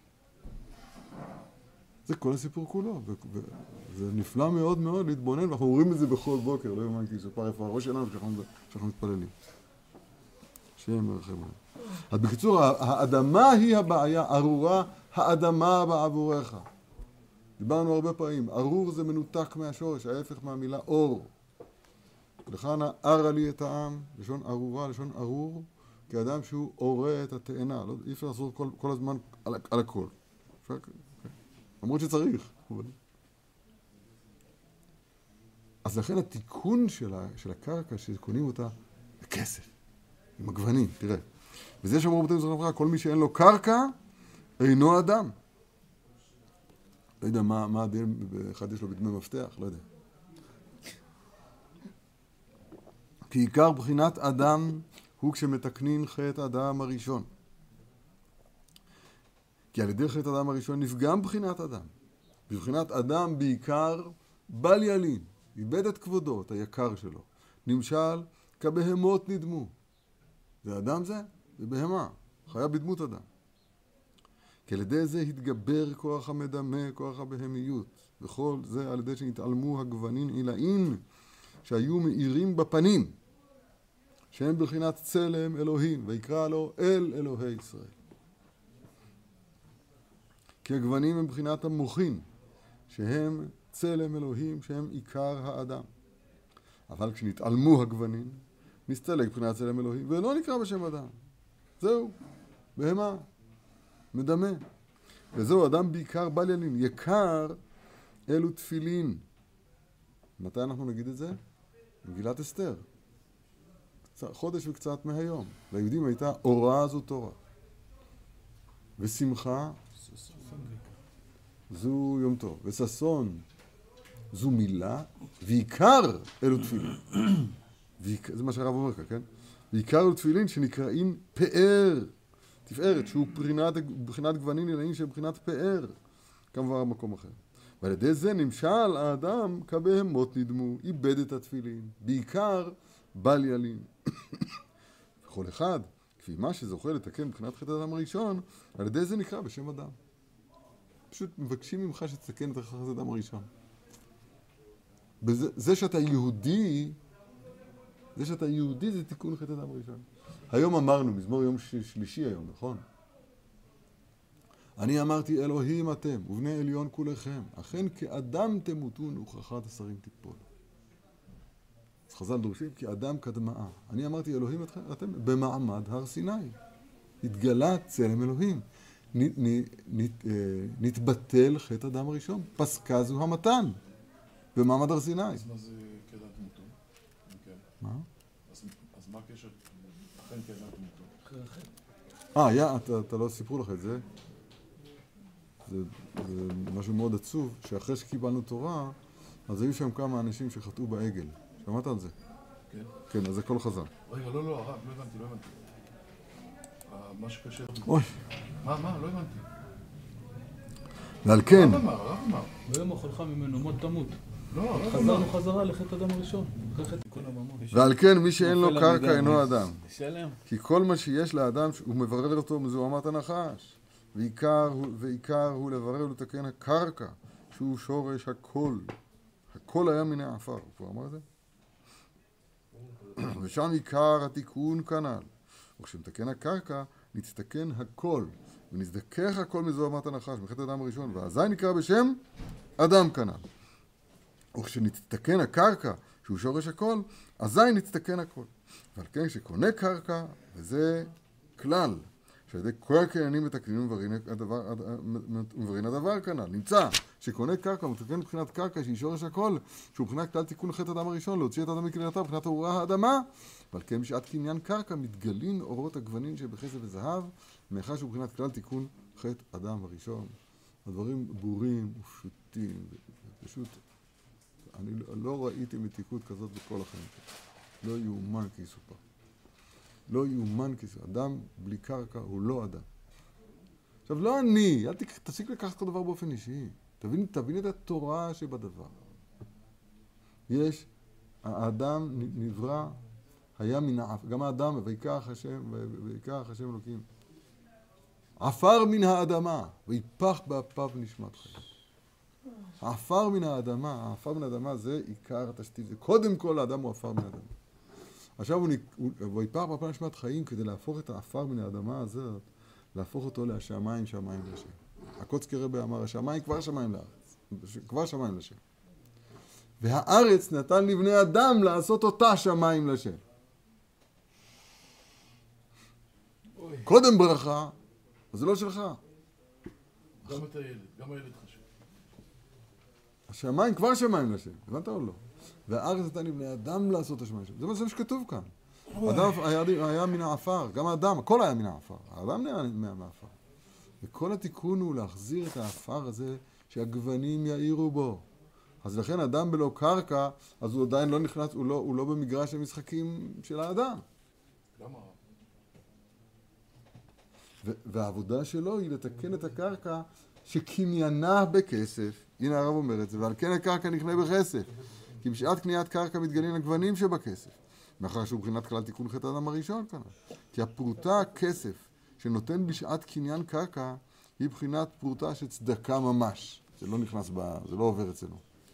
זה כל הסיפור כולו, וזה נפלא מאוד מאוד להתבונן, ואנחנו רואים את זה בכל בוקר, לא יאמן כי זה פעם איפה הראש שלנו כשאנחנו מתפללים. שם ירחם עלינו. אז בקיצור, האדמה היא הבעיה, ארורה האדמה בעבורך. דיברנו הרבה פעמים, ארור זה מנותק מהשורש, ההפך מהמילה אור. לכן ארה לי את העם, לשון ארורה, לשון ארור, כאדם שהוא אורה את התאנה. לא, אי אפשר לעשות כל, כל הזמן על, על הכל. אפשר, למרות שצריך. אז לכן התיקון של, ה, של הקרקע, שקונים אותה, זה כסף. עם הגוונים, תראה. וזה שאמרו בתים זוכרים לך, כל מי שאין לו קרקע, אינו אדם. לא יודע מה, מה הדין, אחד יש לו בדמי מפתח, לא יודע. כי עיקר בחינת אדם הוא כשמתקנין חטא אדם הראשון. כי על ידי חטא אדם הראשון נפגם בחינת אדם. בבחינת אדם בעיקר בל ילין, איבד את כבודו, את היקר שלו. נמשל, כבהמות נדמו. זה אדם זה? זה בהמה. חיה בדמות אדם. כי על ידי זה התגבר כוח המדמה, כוח הבהמיות. וכל זה על ידי שנתעלמו הגוונים עילאים שהיו מאירים בפנים. שהם בחינת צלם אלוהים, ויקרא לו אל אלוהי ישראל. כי הגוונים הם בחינת המוחין, שהם צלם אלוהים, שהם עיקר האדם. אבל כשנתעלמו הגוונים, נסתלק בחינת צלם אלוהים, ולא נקרא בשם אדם. זהו, בהמה, מדמה. וזהו אדם בעיקר בל ילין, יקר אלו תפילין. מתי אנחנו נגיד את זה? מגילת אסתר. חודש וקצת מהיום. ליהודים הייתה אורה זו תורה. ושמחה זו יום טוב. וששון זו מילה, ועיקר אלו תפילין. זה מה שהרב אומר כאן, כן? ועיקר אלו תפילין שנקראים פאר. תפארת, שהוא בחינת גוונים עילאים שבחינת פאר. כמובן במקום אחר. ועל ידי זה נמשל האדם כבהמות נדמו, איבד את התפילין. בעיקר בל ילין. וכל אחד, כפי מה שזוכה לתקן מבחינת חטא האדם הראשון, על ידי זה נקרא בשם אדם. פשוט מבקשים ממך שתתקן את חטא האדם הראשון. בזה, זה שאתה יהודי, זה שאתה יהודי זה תיקון חטא האדם הראשון. היום אמרנו, מזמור יום שלישי היום, נכון? אני אמרתי אלוהים אתם, ובני עליון כולכם, אכן כאדם תמותון וכחת השרים תיפול. אז חז"ל דורשים כי אדם כדמעה. אני אמרתי אלוהים אתכם, אתם במעמד הר סיני. התגלה צלם אלוהים. נ, נ, נ, נתבטל חטא אדם הראשון. פסקה זו המתן. במעמד הר סיני. אז מה זה כאדם תמותון? מה? אז מה הקשר? אכן כאדם תמותון. אה, יא, אתה, אתה לא סיפרו לך את זה. זה, זה משהו מאוד עצוב, שאחרי שקיבלנו תורה, אז היו שם כמה אנשים שחטאו בעגל. שמעת על זה? כן. כן, אז הכל חזר. רגע, לא, לא, הרב, לא הבנתי, לא הבנתי. מה שקשר... אוי. מה, מה? לא הבנתי. ועל כן... הרב אמר, הרב אמר. ביום אכולך ממנו מות תמות. לא, הרב אמר. חזרנו חזרה לחטא אדם הראשון. אחרי חטא תיקון הממון. ועל כן מי שאין לו קרקע אינו אדם. שלם. כי כל מה שיש לאדם הוא מברר אותו מזוהמת הנחש. ועיקר הוא, ועיקר הוא לברר ולתקן הקרקע, שהוא שורש הכל. הכל היה מן העפר. הוא כבר אמר את זה? ושם עיקר התיקון כנ"ל. וכשמתקן הקרקע, נתתקן הכל. ונזדכך הכל מזוהמת הנחש, מחטא אדם הראשון. ואזי נקרא בשם אדם כנ"ל. וכשנתתקן הקרקע, שהוא שורש הכל, אזי נתתקן הכל. ועל כן כשקונה קרקע, וזה כלל, שעל ידי כל הקניינים מתקנים ומברין הדבר כנ"ל. נמצא שקונה קרקע, מתקן מבחינת קרקע שהיא שורש הכל, שהוא מבחינת כלל תיקון חטא אדם הראשון, להוציא את האדם מכלילתה מבחינת אורה האדמה. ועל כן בשעת קניין קרקע מתגלים אורות הגוונים שבכסף וזהב, מאחר שהוא מבחינת כלל תיקון חטא אדם הראשון. הדברים ברורים ופשוטים, פשוט, אני לא ראיתי מתיקות כזאת בכל החיים. לא יאומן כי יסופר. לא יאומן כי יסופר. אדם בלי קרקע הוא לא אדם. עכשיו, לא אני, אל תפסיק לקחת את הדבר באופן אישי. תבין, תבין את התורה שבדבר. יש, האדם נברא, היה מן העפר, גם האדם, ויקח השם, ויקח השם אלוקים. עפר מן האדמה, ויפח באפיו נשמת חיים. העפר מן האדמה, העפר מן האדמה זה עיקר התשתית. קודם כל האדם הוא עפר מן האדמה. עכשיו הוא, הוא יפח באפיו נשמת חיים כדי להפוך את העפר מן האדמה הזאת, להפוך אותו להשמיים שמיים לשם. הקוצקי רבי אמר, השמיים כבר שמיים לארץ, כבר שמיים לשם. והארץ נתן לבני אדם לעשות אותה שמיים לשם. אוי. קודם ברכה, אז זה לא שלך. גם את הילד, גם הילד חשב. השמיים כבר שמיים לשם, הבנת או לא? והארץ נתן לבני אדם לעשות את השמיים לשם. זה מה זה שכתוב כאן. האדם היה, היה מן העפר, גם האדם, הכל היה מן העפר. האדם היה מהעפר. וכל התיקון הוא להחזיר את העפר הזה שהגוונים יאירו בו. אז לכן אדם בלא קרקע, אז הוא עדיין לא נכנס, הוא לא, הוא לא במגרש המשחקים של האדם. למה? והעבודה שלו היא לתקן את הקרקע שקניינה בכסף. הנה הרב אומר את זה, ועל כן הקרקע נכנה בכסף. כי בשעת קניית קרקע מתגלים הגוונים שבכסף. מאחר שהוא מבחינת כלל תיקון חטא האדם הראשון כאן. כי הפרוטה הכסף שנותן בשעת קניין קרקע היא בחינת פרוטה של צדקה ממש. זה לא נכנס ב... זה לא עובר אצלנו.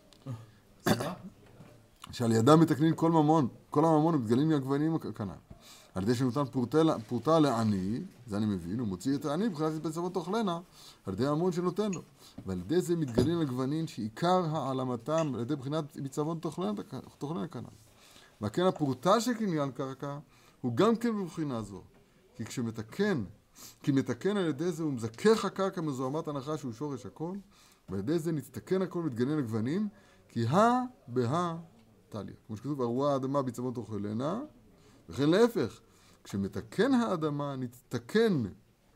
שעל ידם מתקנים כל ממון, כל הממון מתגלים מהגוונים כנ"ל. על ידי שנותן פרוטה, פרוטה לעני, זה אני מבין, הוא מוציא את העני בחינת בצוות תאכלנה, על ידי המון שנותן לו. ועל ידי זה מתגלים הגוונים שעיקר העלמתם על ידי בחינת מצוות תאכלנה כנ"ל. וכן הפרוטה של קניין קרקע הוא גם כן בבחינה זו. כי כשמתקן, כי מתקן על ידי זה הוא מזכך הקרקע מזוהמת הנחש שהוא שורש הכל, ועל ידי זה נתתקן הכל מתגנן הגוונים, כי הא בהא תליא. כמו שכתוב, ארוע האדמה בצוות תאכלנה, וכן להפך, כשמתקן האדמה נתתקן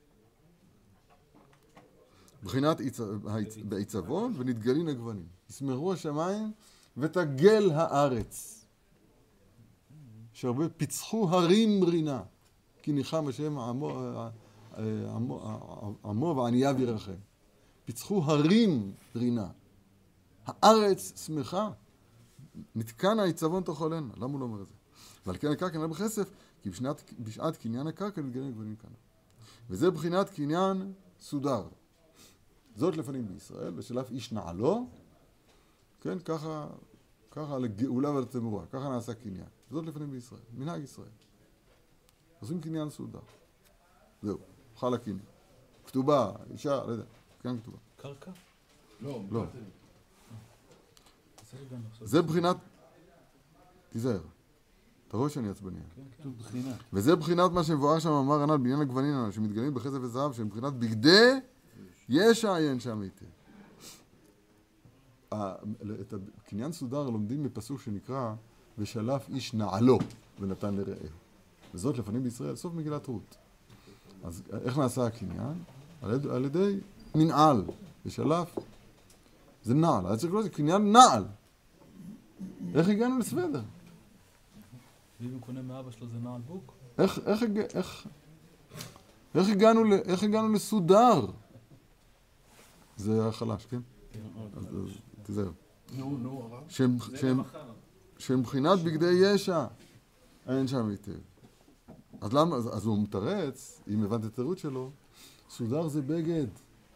בחינת בעיצבון ונתגלין הגוונים. ישמחו השמיים ותגל הארץ. שהרבה פיצחו הרים רינה, כי ניחם השם עמו, עמו, עמו וענייה וירחם. פיצחו הרים רינה. הארץ שמחה. נתקן העיצבון תאכלנה. למה הוא לא אומר את זה? ועל כן הקרקע נראה בכסף, כי בשנת, בשעת קניין הקרקע נתגלים הגוונים כאן. וזה בחינת קניין סודר. זאת לפנים בישראל, ושלף איש נעלו, כן, ככה, ככה לגאולה ולתמורה, ככה נעשה קניין. זאת לפנים בישראל, מנהג ישראל. עושים קניין סודר. זהו, חל הקניין. כתובה, אישה, לא יודע, כן כתובה. קרקע? לא, לא. מיטלטלת. זה גם עכשיו. זה בחינת, תיזהר, אתה רואה שאני עצבני. כן, כן. בחינה. וזה בחינת מה שמבואר שם אמר הנ"ל בעניין הגוונים הנ"ל, שמתגלים בכסף וזהב, שהם בחינת בגדי ישע עיין שם היטב. ה- את הקניין סודר לומדים מפסוק שנקרא ושלף איש נעלו ונתן לרעהו. וזאת לפנים בישראל, סוף מגילת רות. אז איך נעשה הקניין? על ידי, על ידי מנעל, ושלף, זה נעל, היה צריך להיות קניין נעל. איך הגענו לסוודר? ואם הוא קונה מאבא שלו זה נעל בוק? איך, איך, איך, איך, איך הגענו, ל- איך הגענו לסודר? זה היה חלש, כן? אז, אז תיזהר. נו, נו, הרב. שהם, שהם, שהם מבחינת בגדי ישע, אין שם היטב. אז למה, אז, אז הוא מתרץ, אם הבנת את התירוץ שלו, סודר זה בגד.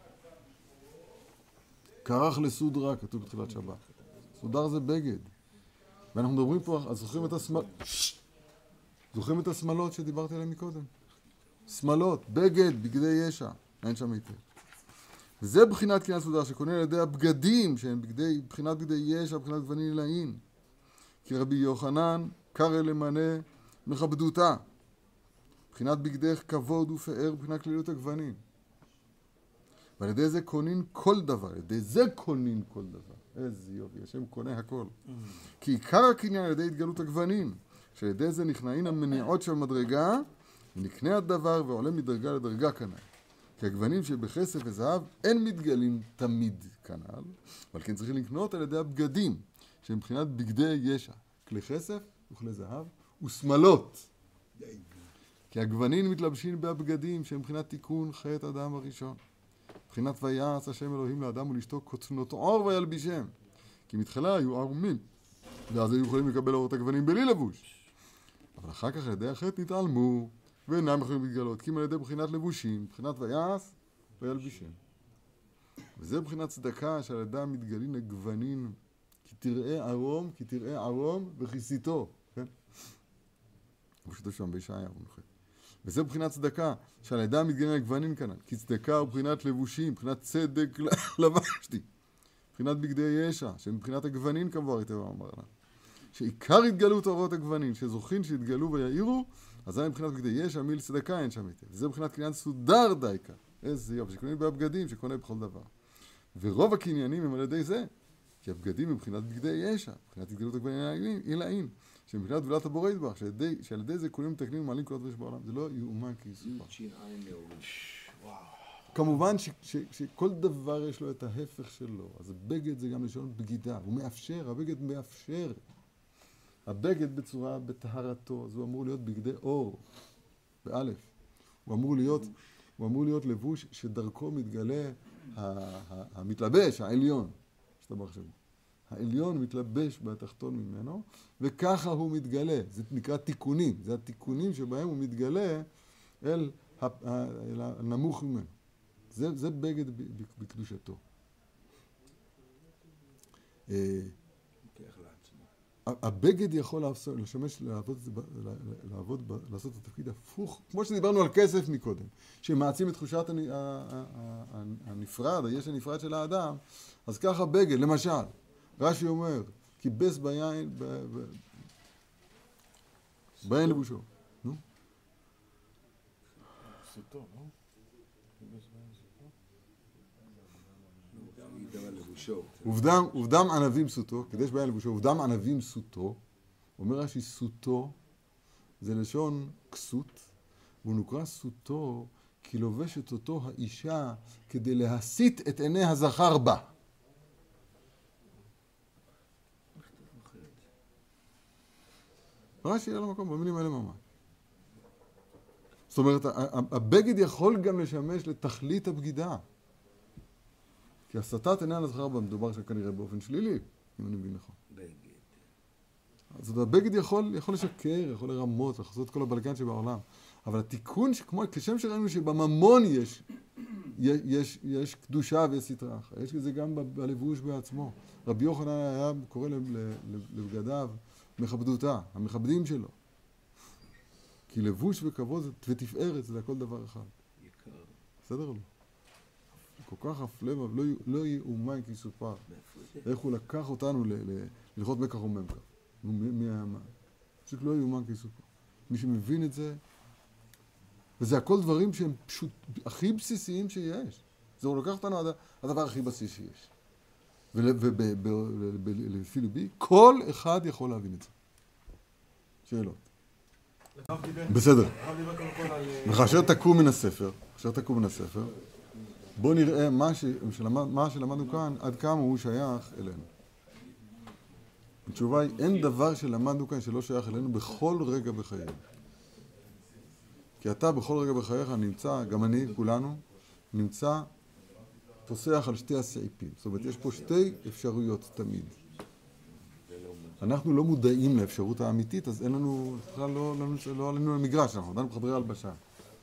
כרך לסודרה, כתוב בתחילת שבת. סודר זה בגד. ואנחנו מדברים פה, אז זוכרים את השמאל... זוכרים את השמאלות שדיברתי עליהן מקודם? שמאלות, בגד, בגדי ישע, אין שם היטב. וזה בחינת קניין סודר שקונה על ידי הבגדים, שהם בגדי, בחינת בגדי ישע, בחינת גוונים עילאין. כי רבי יוחנן קרא למנה מכבדותה. בחינת בגדך כבוד ופאר, בחינת כלילות הגוונים. ועל ידי זה קונין כל דבר, על ידי זה קונין כל דבר. איזה יופי, השם קונה הכל. כי עיקר הקניין על ידי התגלות הגוונים, שעל ידי זה נכנעים המניעות של מדרגה, ונקנה הדבר ועולה מדרגה לדרגה כנ"ל. כי הגוונים שבכסף וזהב אין מתגלים תמיד כנ"ל, אבל כן צריכים לקנות על ידי הבגדים, שהם מבחינת בגדי ישע, כלי כסף וכלי זהב ושמלות. כי הגוונים מתלבשים בהבגדים שהם מבחינת תיקון חטא אדם הראשון. מבחינת ויעש השם אלוהים לאדם ולאשתו קוטנות עור וילבישם. כי מתחילה היו ערומים, ואז היו יכולים לקבל אורות הגוונים בלי לבוש. אבל אחר כך על ידי החטא נתעלמו, ואינם יכולים להתגלות, כי אם על ידי בחינת לבושים, בחינת ויעש וילבישם. וזה בחינת צדקה שעל ידה מתגלים הגוונים, כי תראה ערום, כי תראה ערום וכיסיתו. כן? פשוטו שם בישעיה הוא נוחת. וזה מבחינת צדקה, שעל ידה מתגלים הגוונים כנ"ל, כי צדקה הוא מבחינת לבושים, מבחינת צדק לבשתי, מבחינת בגדי ישע, שמבחינת הגוונים כמובן היטב אמר לה. שעיקר התגלות אורות הגוונים, שזוכין שהתגלו ויעירו, אז זה מבחינת בגדי ישע, מיל צדקה אין שם היטב. וזה מבחינת קניין סודר דייקה. איזה יופי, שקונים בהבגדים, שקונה בכל דבר. ורוב הקניינים הם על ידי זה, כי הבגדים הם מבחינת בגדי ישע, מבחינת התגלות הגוונים עילאין. שמבחינת גבולת הבורא יתברך, שעל ידי זה כולם מתקנים ומעלים כל הדברים שבעולם. זה לא יאומן כי יסופר. כמובן ש, ש, שכל דבר יש לו את ההפך שלו. אז בגד זה גם לשון בגידה. הוא מאפשר, הבגד מאפשר. הבגד בצורה, בטהרתו, אז הוא אמור להיות בגדי אור. באלף. הוא אמור להיות, הוא אמור להיות לבוש שדרכו מתגלה המתלבש, העליון. שתברך שבו. העליון מתלבש בתחתון ממנו, וככה הוא מתגלה. זה נקרא תיקונים. זה התיקונים שבהם הוא מתגלה אל הנמוך ממנו. זה, זה בגד בקדושתו. הבגד יכול לשמש, לעבוד, לעבוד, לעשות את התפקיד הפוך, כמו שדיברנו על כסף מקודם, שמעצים את תחושת הנפרד, היש הנפרד של האדם, אז ככה בגד, למשל, רש"י אומר, כיבס ביין, ביין לבושו. נו? סוטו, לא? כיבס ביין סוטו? ובדם, ובדם ענבים סוטו, כדי שביין לבושו, ובדם ענבים סוטו, אומר רש"י סוטו, זה לשון כסות, והוא נקרא סוטו, כי לובשת אותו האישה כדי להסיט את עיני הזכר בה. רש"י היה למקום, במילים האלה ממש. זאת אומרת, הבגד יכול גם לשמש לתכלית הבגידה. כי הסטת עיני הזכר בה מדובר שכנראה באופן שלילי, אם אני מבין נכון. בגד. אז הבגד יכול, יכול לשקר, יכול לרמות, לעשות את כל הבלגן שבעולם. אבל התיקון, כמו, כשם שראינו שבממון יש, יש, יש קדושה ויש סטרה אחת. יש את זה גם בלבוש בעצמו. רבי יוחנן היה קורא לבגדיו מכבדותה, המכבדים שלו. כי לבוש וכבוד ותפארת זה הכל דבר אחד. יקר. בסדר או לא? כל כך הפלא, לא, לא יאומן כי יסופר. איך הוא לקח אותנו ללכות מקח וממכר. מי היה מה? פשוט לא יאומן כי יסופר. מי שמבין את זה, וזה הכל דברים שהם פשוט הכי בסיסיים שיש. זה הוא לקח אותנו הדבר הכי בסיסי שיש. ולפי ליבי, כל אחד יכול להבין את זה. שאלות. בסדר. וכאשר תקום מן הספר, כאשר תקום מן הספר, בואו נראה מה, ש... שלמד... מה שלמדנו כאן, עד כמה הוא שייך אלינו. התשובה היא, אין דבר שלמדנו כאן שלא שייך אלינו בכל רגע בחיינו. כי אתה בכל רגע בחייך נמצא, גם אני, כולנו, נמצא פוסח על שתי הסעיפים. זאת אומרת, יש פה שתי אפשרויות תמיד. אנחנו לא מודעים לאפשרות האמיתית, אז אין לנו, בכלל לא, לא, לא עלינו למגרש, אנחנו עדיין בחדרי הלבשה.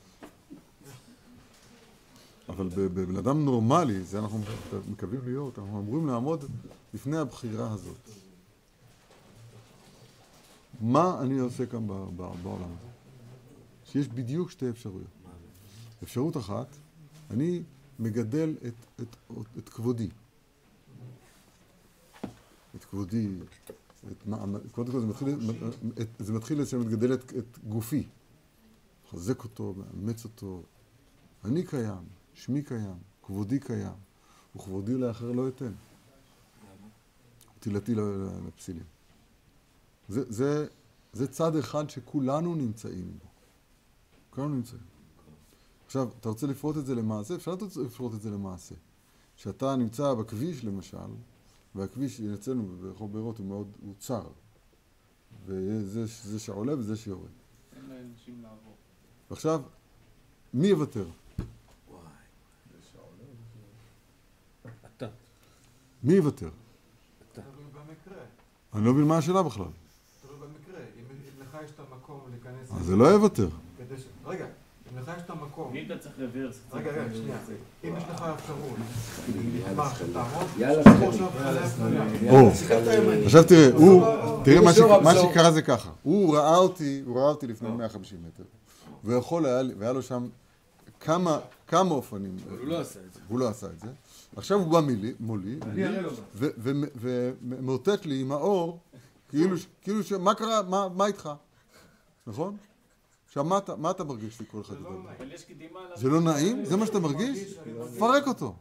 אבל בבן אדם נורמלי, זה אנחנו מקווים להיות, אנחנו אמורים לעמוד לפני הבחירה הזאת. מה אני עושה כאן בעולם הזה? שיש בדיוק שתי אפשרויות. אפשרות אחת, אני מגדל את, את, את כבודי. את כבודי, את מעמד, קודם כל זה מתחיל, את, זה מתחיל שאני מגדל את, את גופי. מחזק אותו, מאמץ אותו. אני קיים, שמי קיים, כבודי קיים, וכבודי לאחר לא אתן. תילתי לפסילים. זה, זה, זה צד אחד שכולנו נמצאים בו. כולנו נמצאים. עכשיו, אתה רוצה לפרוט את זה למעשה? אפשר לפרוט את זה למעשה. שאתה נמצא בכביש, למשל, והכביש אצלנו ברחוב בארות הוא מאוד, הוא צר. וזה זה שעולה וזה שיורד. אין לאנשים לעבור. ועכשיו, מי יוותר? אתה. מי יוותר? תלוי במקרה. אני לא מבין מה השאלה בכלל. תלוי במקרה. אם לך יש את המקום להיכנס... אז זה לא יוותר. רגע, אם לך יש את המקום... מי אתה צריך רוורס? רגע, רגע, שנייה. אם יש לך אפשרות, מה, שתעמוד? או, עכשיו תראה, הוא, תראה מה שקרה זה ככה. הוא ראה אותי, הוא ראה אותי לפני מאה וחמישים מטר. והוא יכול, והיה לו שם כמה אופנים. הוא לא עשה את זה. הוא לא עשה את זה. עכשיו הוא בא מולי, ומאותת לי עם האור, כאילו, מה קרה, מה איתך? נכון? עכשיו, מה אתה מרגיש לי כל אחד? זה לא נעים? זה מה שאתה מרגיש? פרק אותו.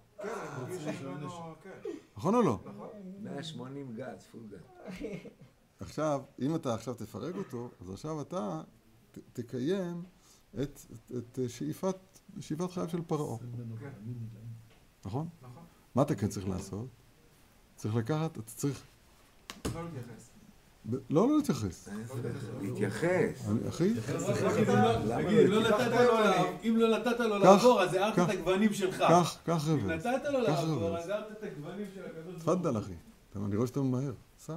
נכון או לא? מאה ושמונים גז, פול גז. עכשיו, אם אתה עכשיו תפרק אותו, אז עכשיו אתה תקיים את שאיפת חייו של פרעה. נכון? נכון. מה אתה כן צריך לעשות? צריך לקחת, אתה צריך... לא להתייחס. לא, לא להתייחס. להתייחס. אחי? אם לא נתת לו לעבור, אז הערת את הגוונים שלך. קח, קח רבס. אם נתת לו לעבור, אז הערת את הגוונים של הקדוש. תפדל, אחי. אני רואה שאתה ממהר. סע.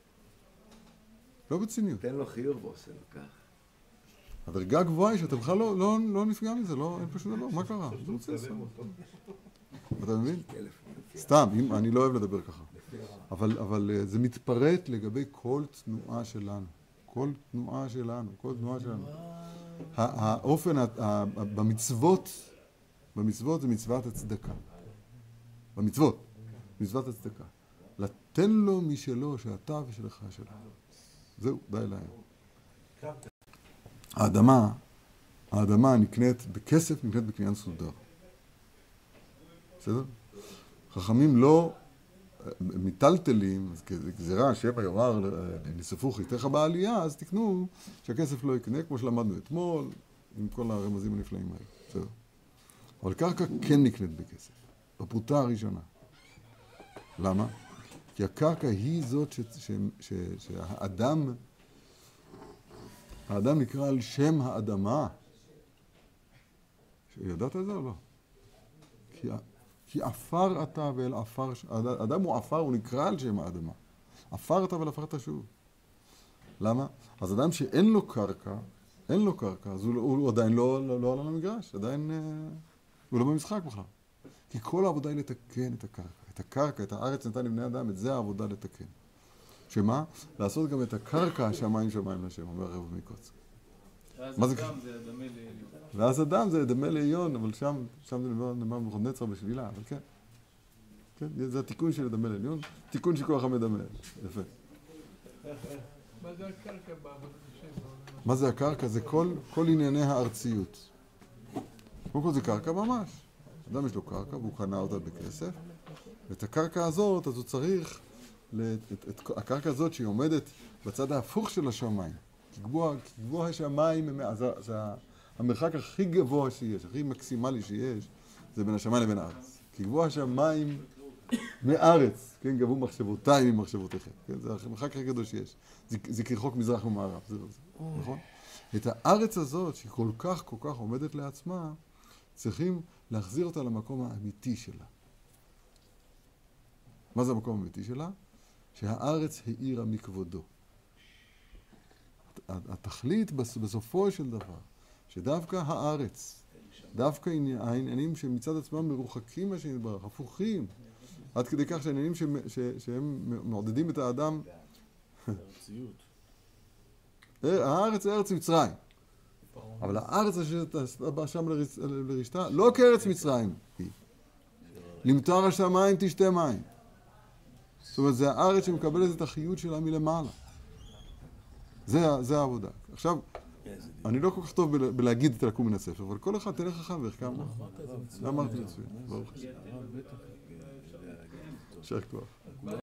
לא בציניות. תן לו חיוב ועושה לו כך. הדרגה הגבוהה היא שאתה בכלל לא נפגע מזה, אין פשוט דבר. מה קרה? לא רוצה לסע. אתה מבין? סתם, אני לא אוהב לדבר ככה. אבל זה מתפרט לגבי כל תנועה שלנו. כל תנועה שלנו, כל תנועה שלנו. האופן, במצוות, במצוות זה מצוות הצדקה. במצוות, מצוות הצדקה. לתן לו משלו, שאתה ושלך שלך. זהו, די להם. האדמה, האדמה נקנית בכסף, נקנית בקניין סודר. בסדר? חכמים לא מטלטלים, אז כגזירה שבע יאמר נשרפו חיתיך בעלייה, אז תקנו שהכסף לא יקנה, כמו שלמדנו אתמול, עם כל הרמזים הנפלאים האלה. בסדר. אבל קרקע כן נקנית בכסף, בפרוטה הראשונה. למה? כי הקרקע היא זאת ש, ש, ש, שהאדם, האדם נקרא על שם האדמה. ידעת את זה או לא? כי, כי עפר אתה ואל עפר, האדם הוא עפר, הוא נקרא על שם האדמה. עפר אתה ואל עפר תשוב. למה? אז אדם שאין לו קרקע, אין לו קרקע, אז הוא, הוא, הוא עדיין לא, לא, לא עלה למגרש, עדיין אה, הוא לא במשחק בכלל. כי כל העבודה היא לתקן את הקרקע. את הקרקע, את הארץ נתן לבני אדם, את זה העבודה לתקן. שמה? לעשות גם את הקרקע, השמיים שמיים לשם, אומר הרב מקוצק. מה זה? אדם זה דמה לעליון. ואז אדם זה דמה לעליון, אבל שם, שם זה נאמר נבוכדנצר בשבילה, אבל כן. כן, זה התיקון של דמה לעליון, תיקון של כוח המדמה. יפה. מה זה הקרקע בעבודת השם? מה זה הקרקע? זה כל, כל ענייני הארציות. קודם כל זה קרקע ממש. אדם יש לו קרקע והוא קנה אותה בכסף, ואת הקרקע הזאת, אז הוא צריך, את, את, את, הקרקע הזאת שהיא עומדת בצד ההפוך של השמיים. כי גבוה, כי גבוה השמיים, זה, זה המרחק הכי גבוה שיש, הכי מקסימלי שיש, זה בין השמיים לבין הארץ. כי גבוה השמיים מארץ, כן, גבו מחשבותיי ממחשבותיכם. כן, זה המרחק הכי גדול שיש. זה, זה כרחוק מזרח ומערב, זה, זה, נכון? את הארץ הזאת, שהיא כל כך, כל כך עומדת לעצמה, צריכים להחזיר אותה למקום האמיתי שלה. מה זה המקום האמיתי שלה? שהארץ האירה מכבודו. התכלית בסופו של דבר, שדווקא הארץ, דווקא העניינים שמצד עצמם מרוחקים מהשם יתברך, הפוכים, עד כדי כך שהעניינים שהם מעודדים את האדם, ארציות. הארץ זה ארץ מצרים. אבל הארץ שבא שם לרשתה, לא כארץ מצרים היא. למטר השמיים תשתה מים. זאת אומרת, זה הארץ שמקבלת את החיות שלה מלמעלה. זה, זה העבודה. עכשיו, אני לא כל כך טוב בלהגיד את לקום מן הספר, אבל כל אחד תלך חכם ויחכם. אמרתי מצוין. ברוך השם. יישר כוח.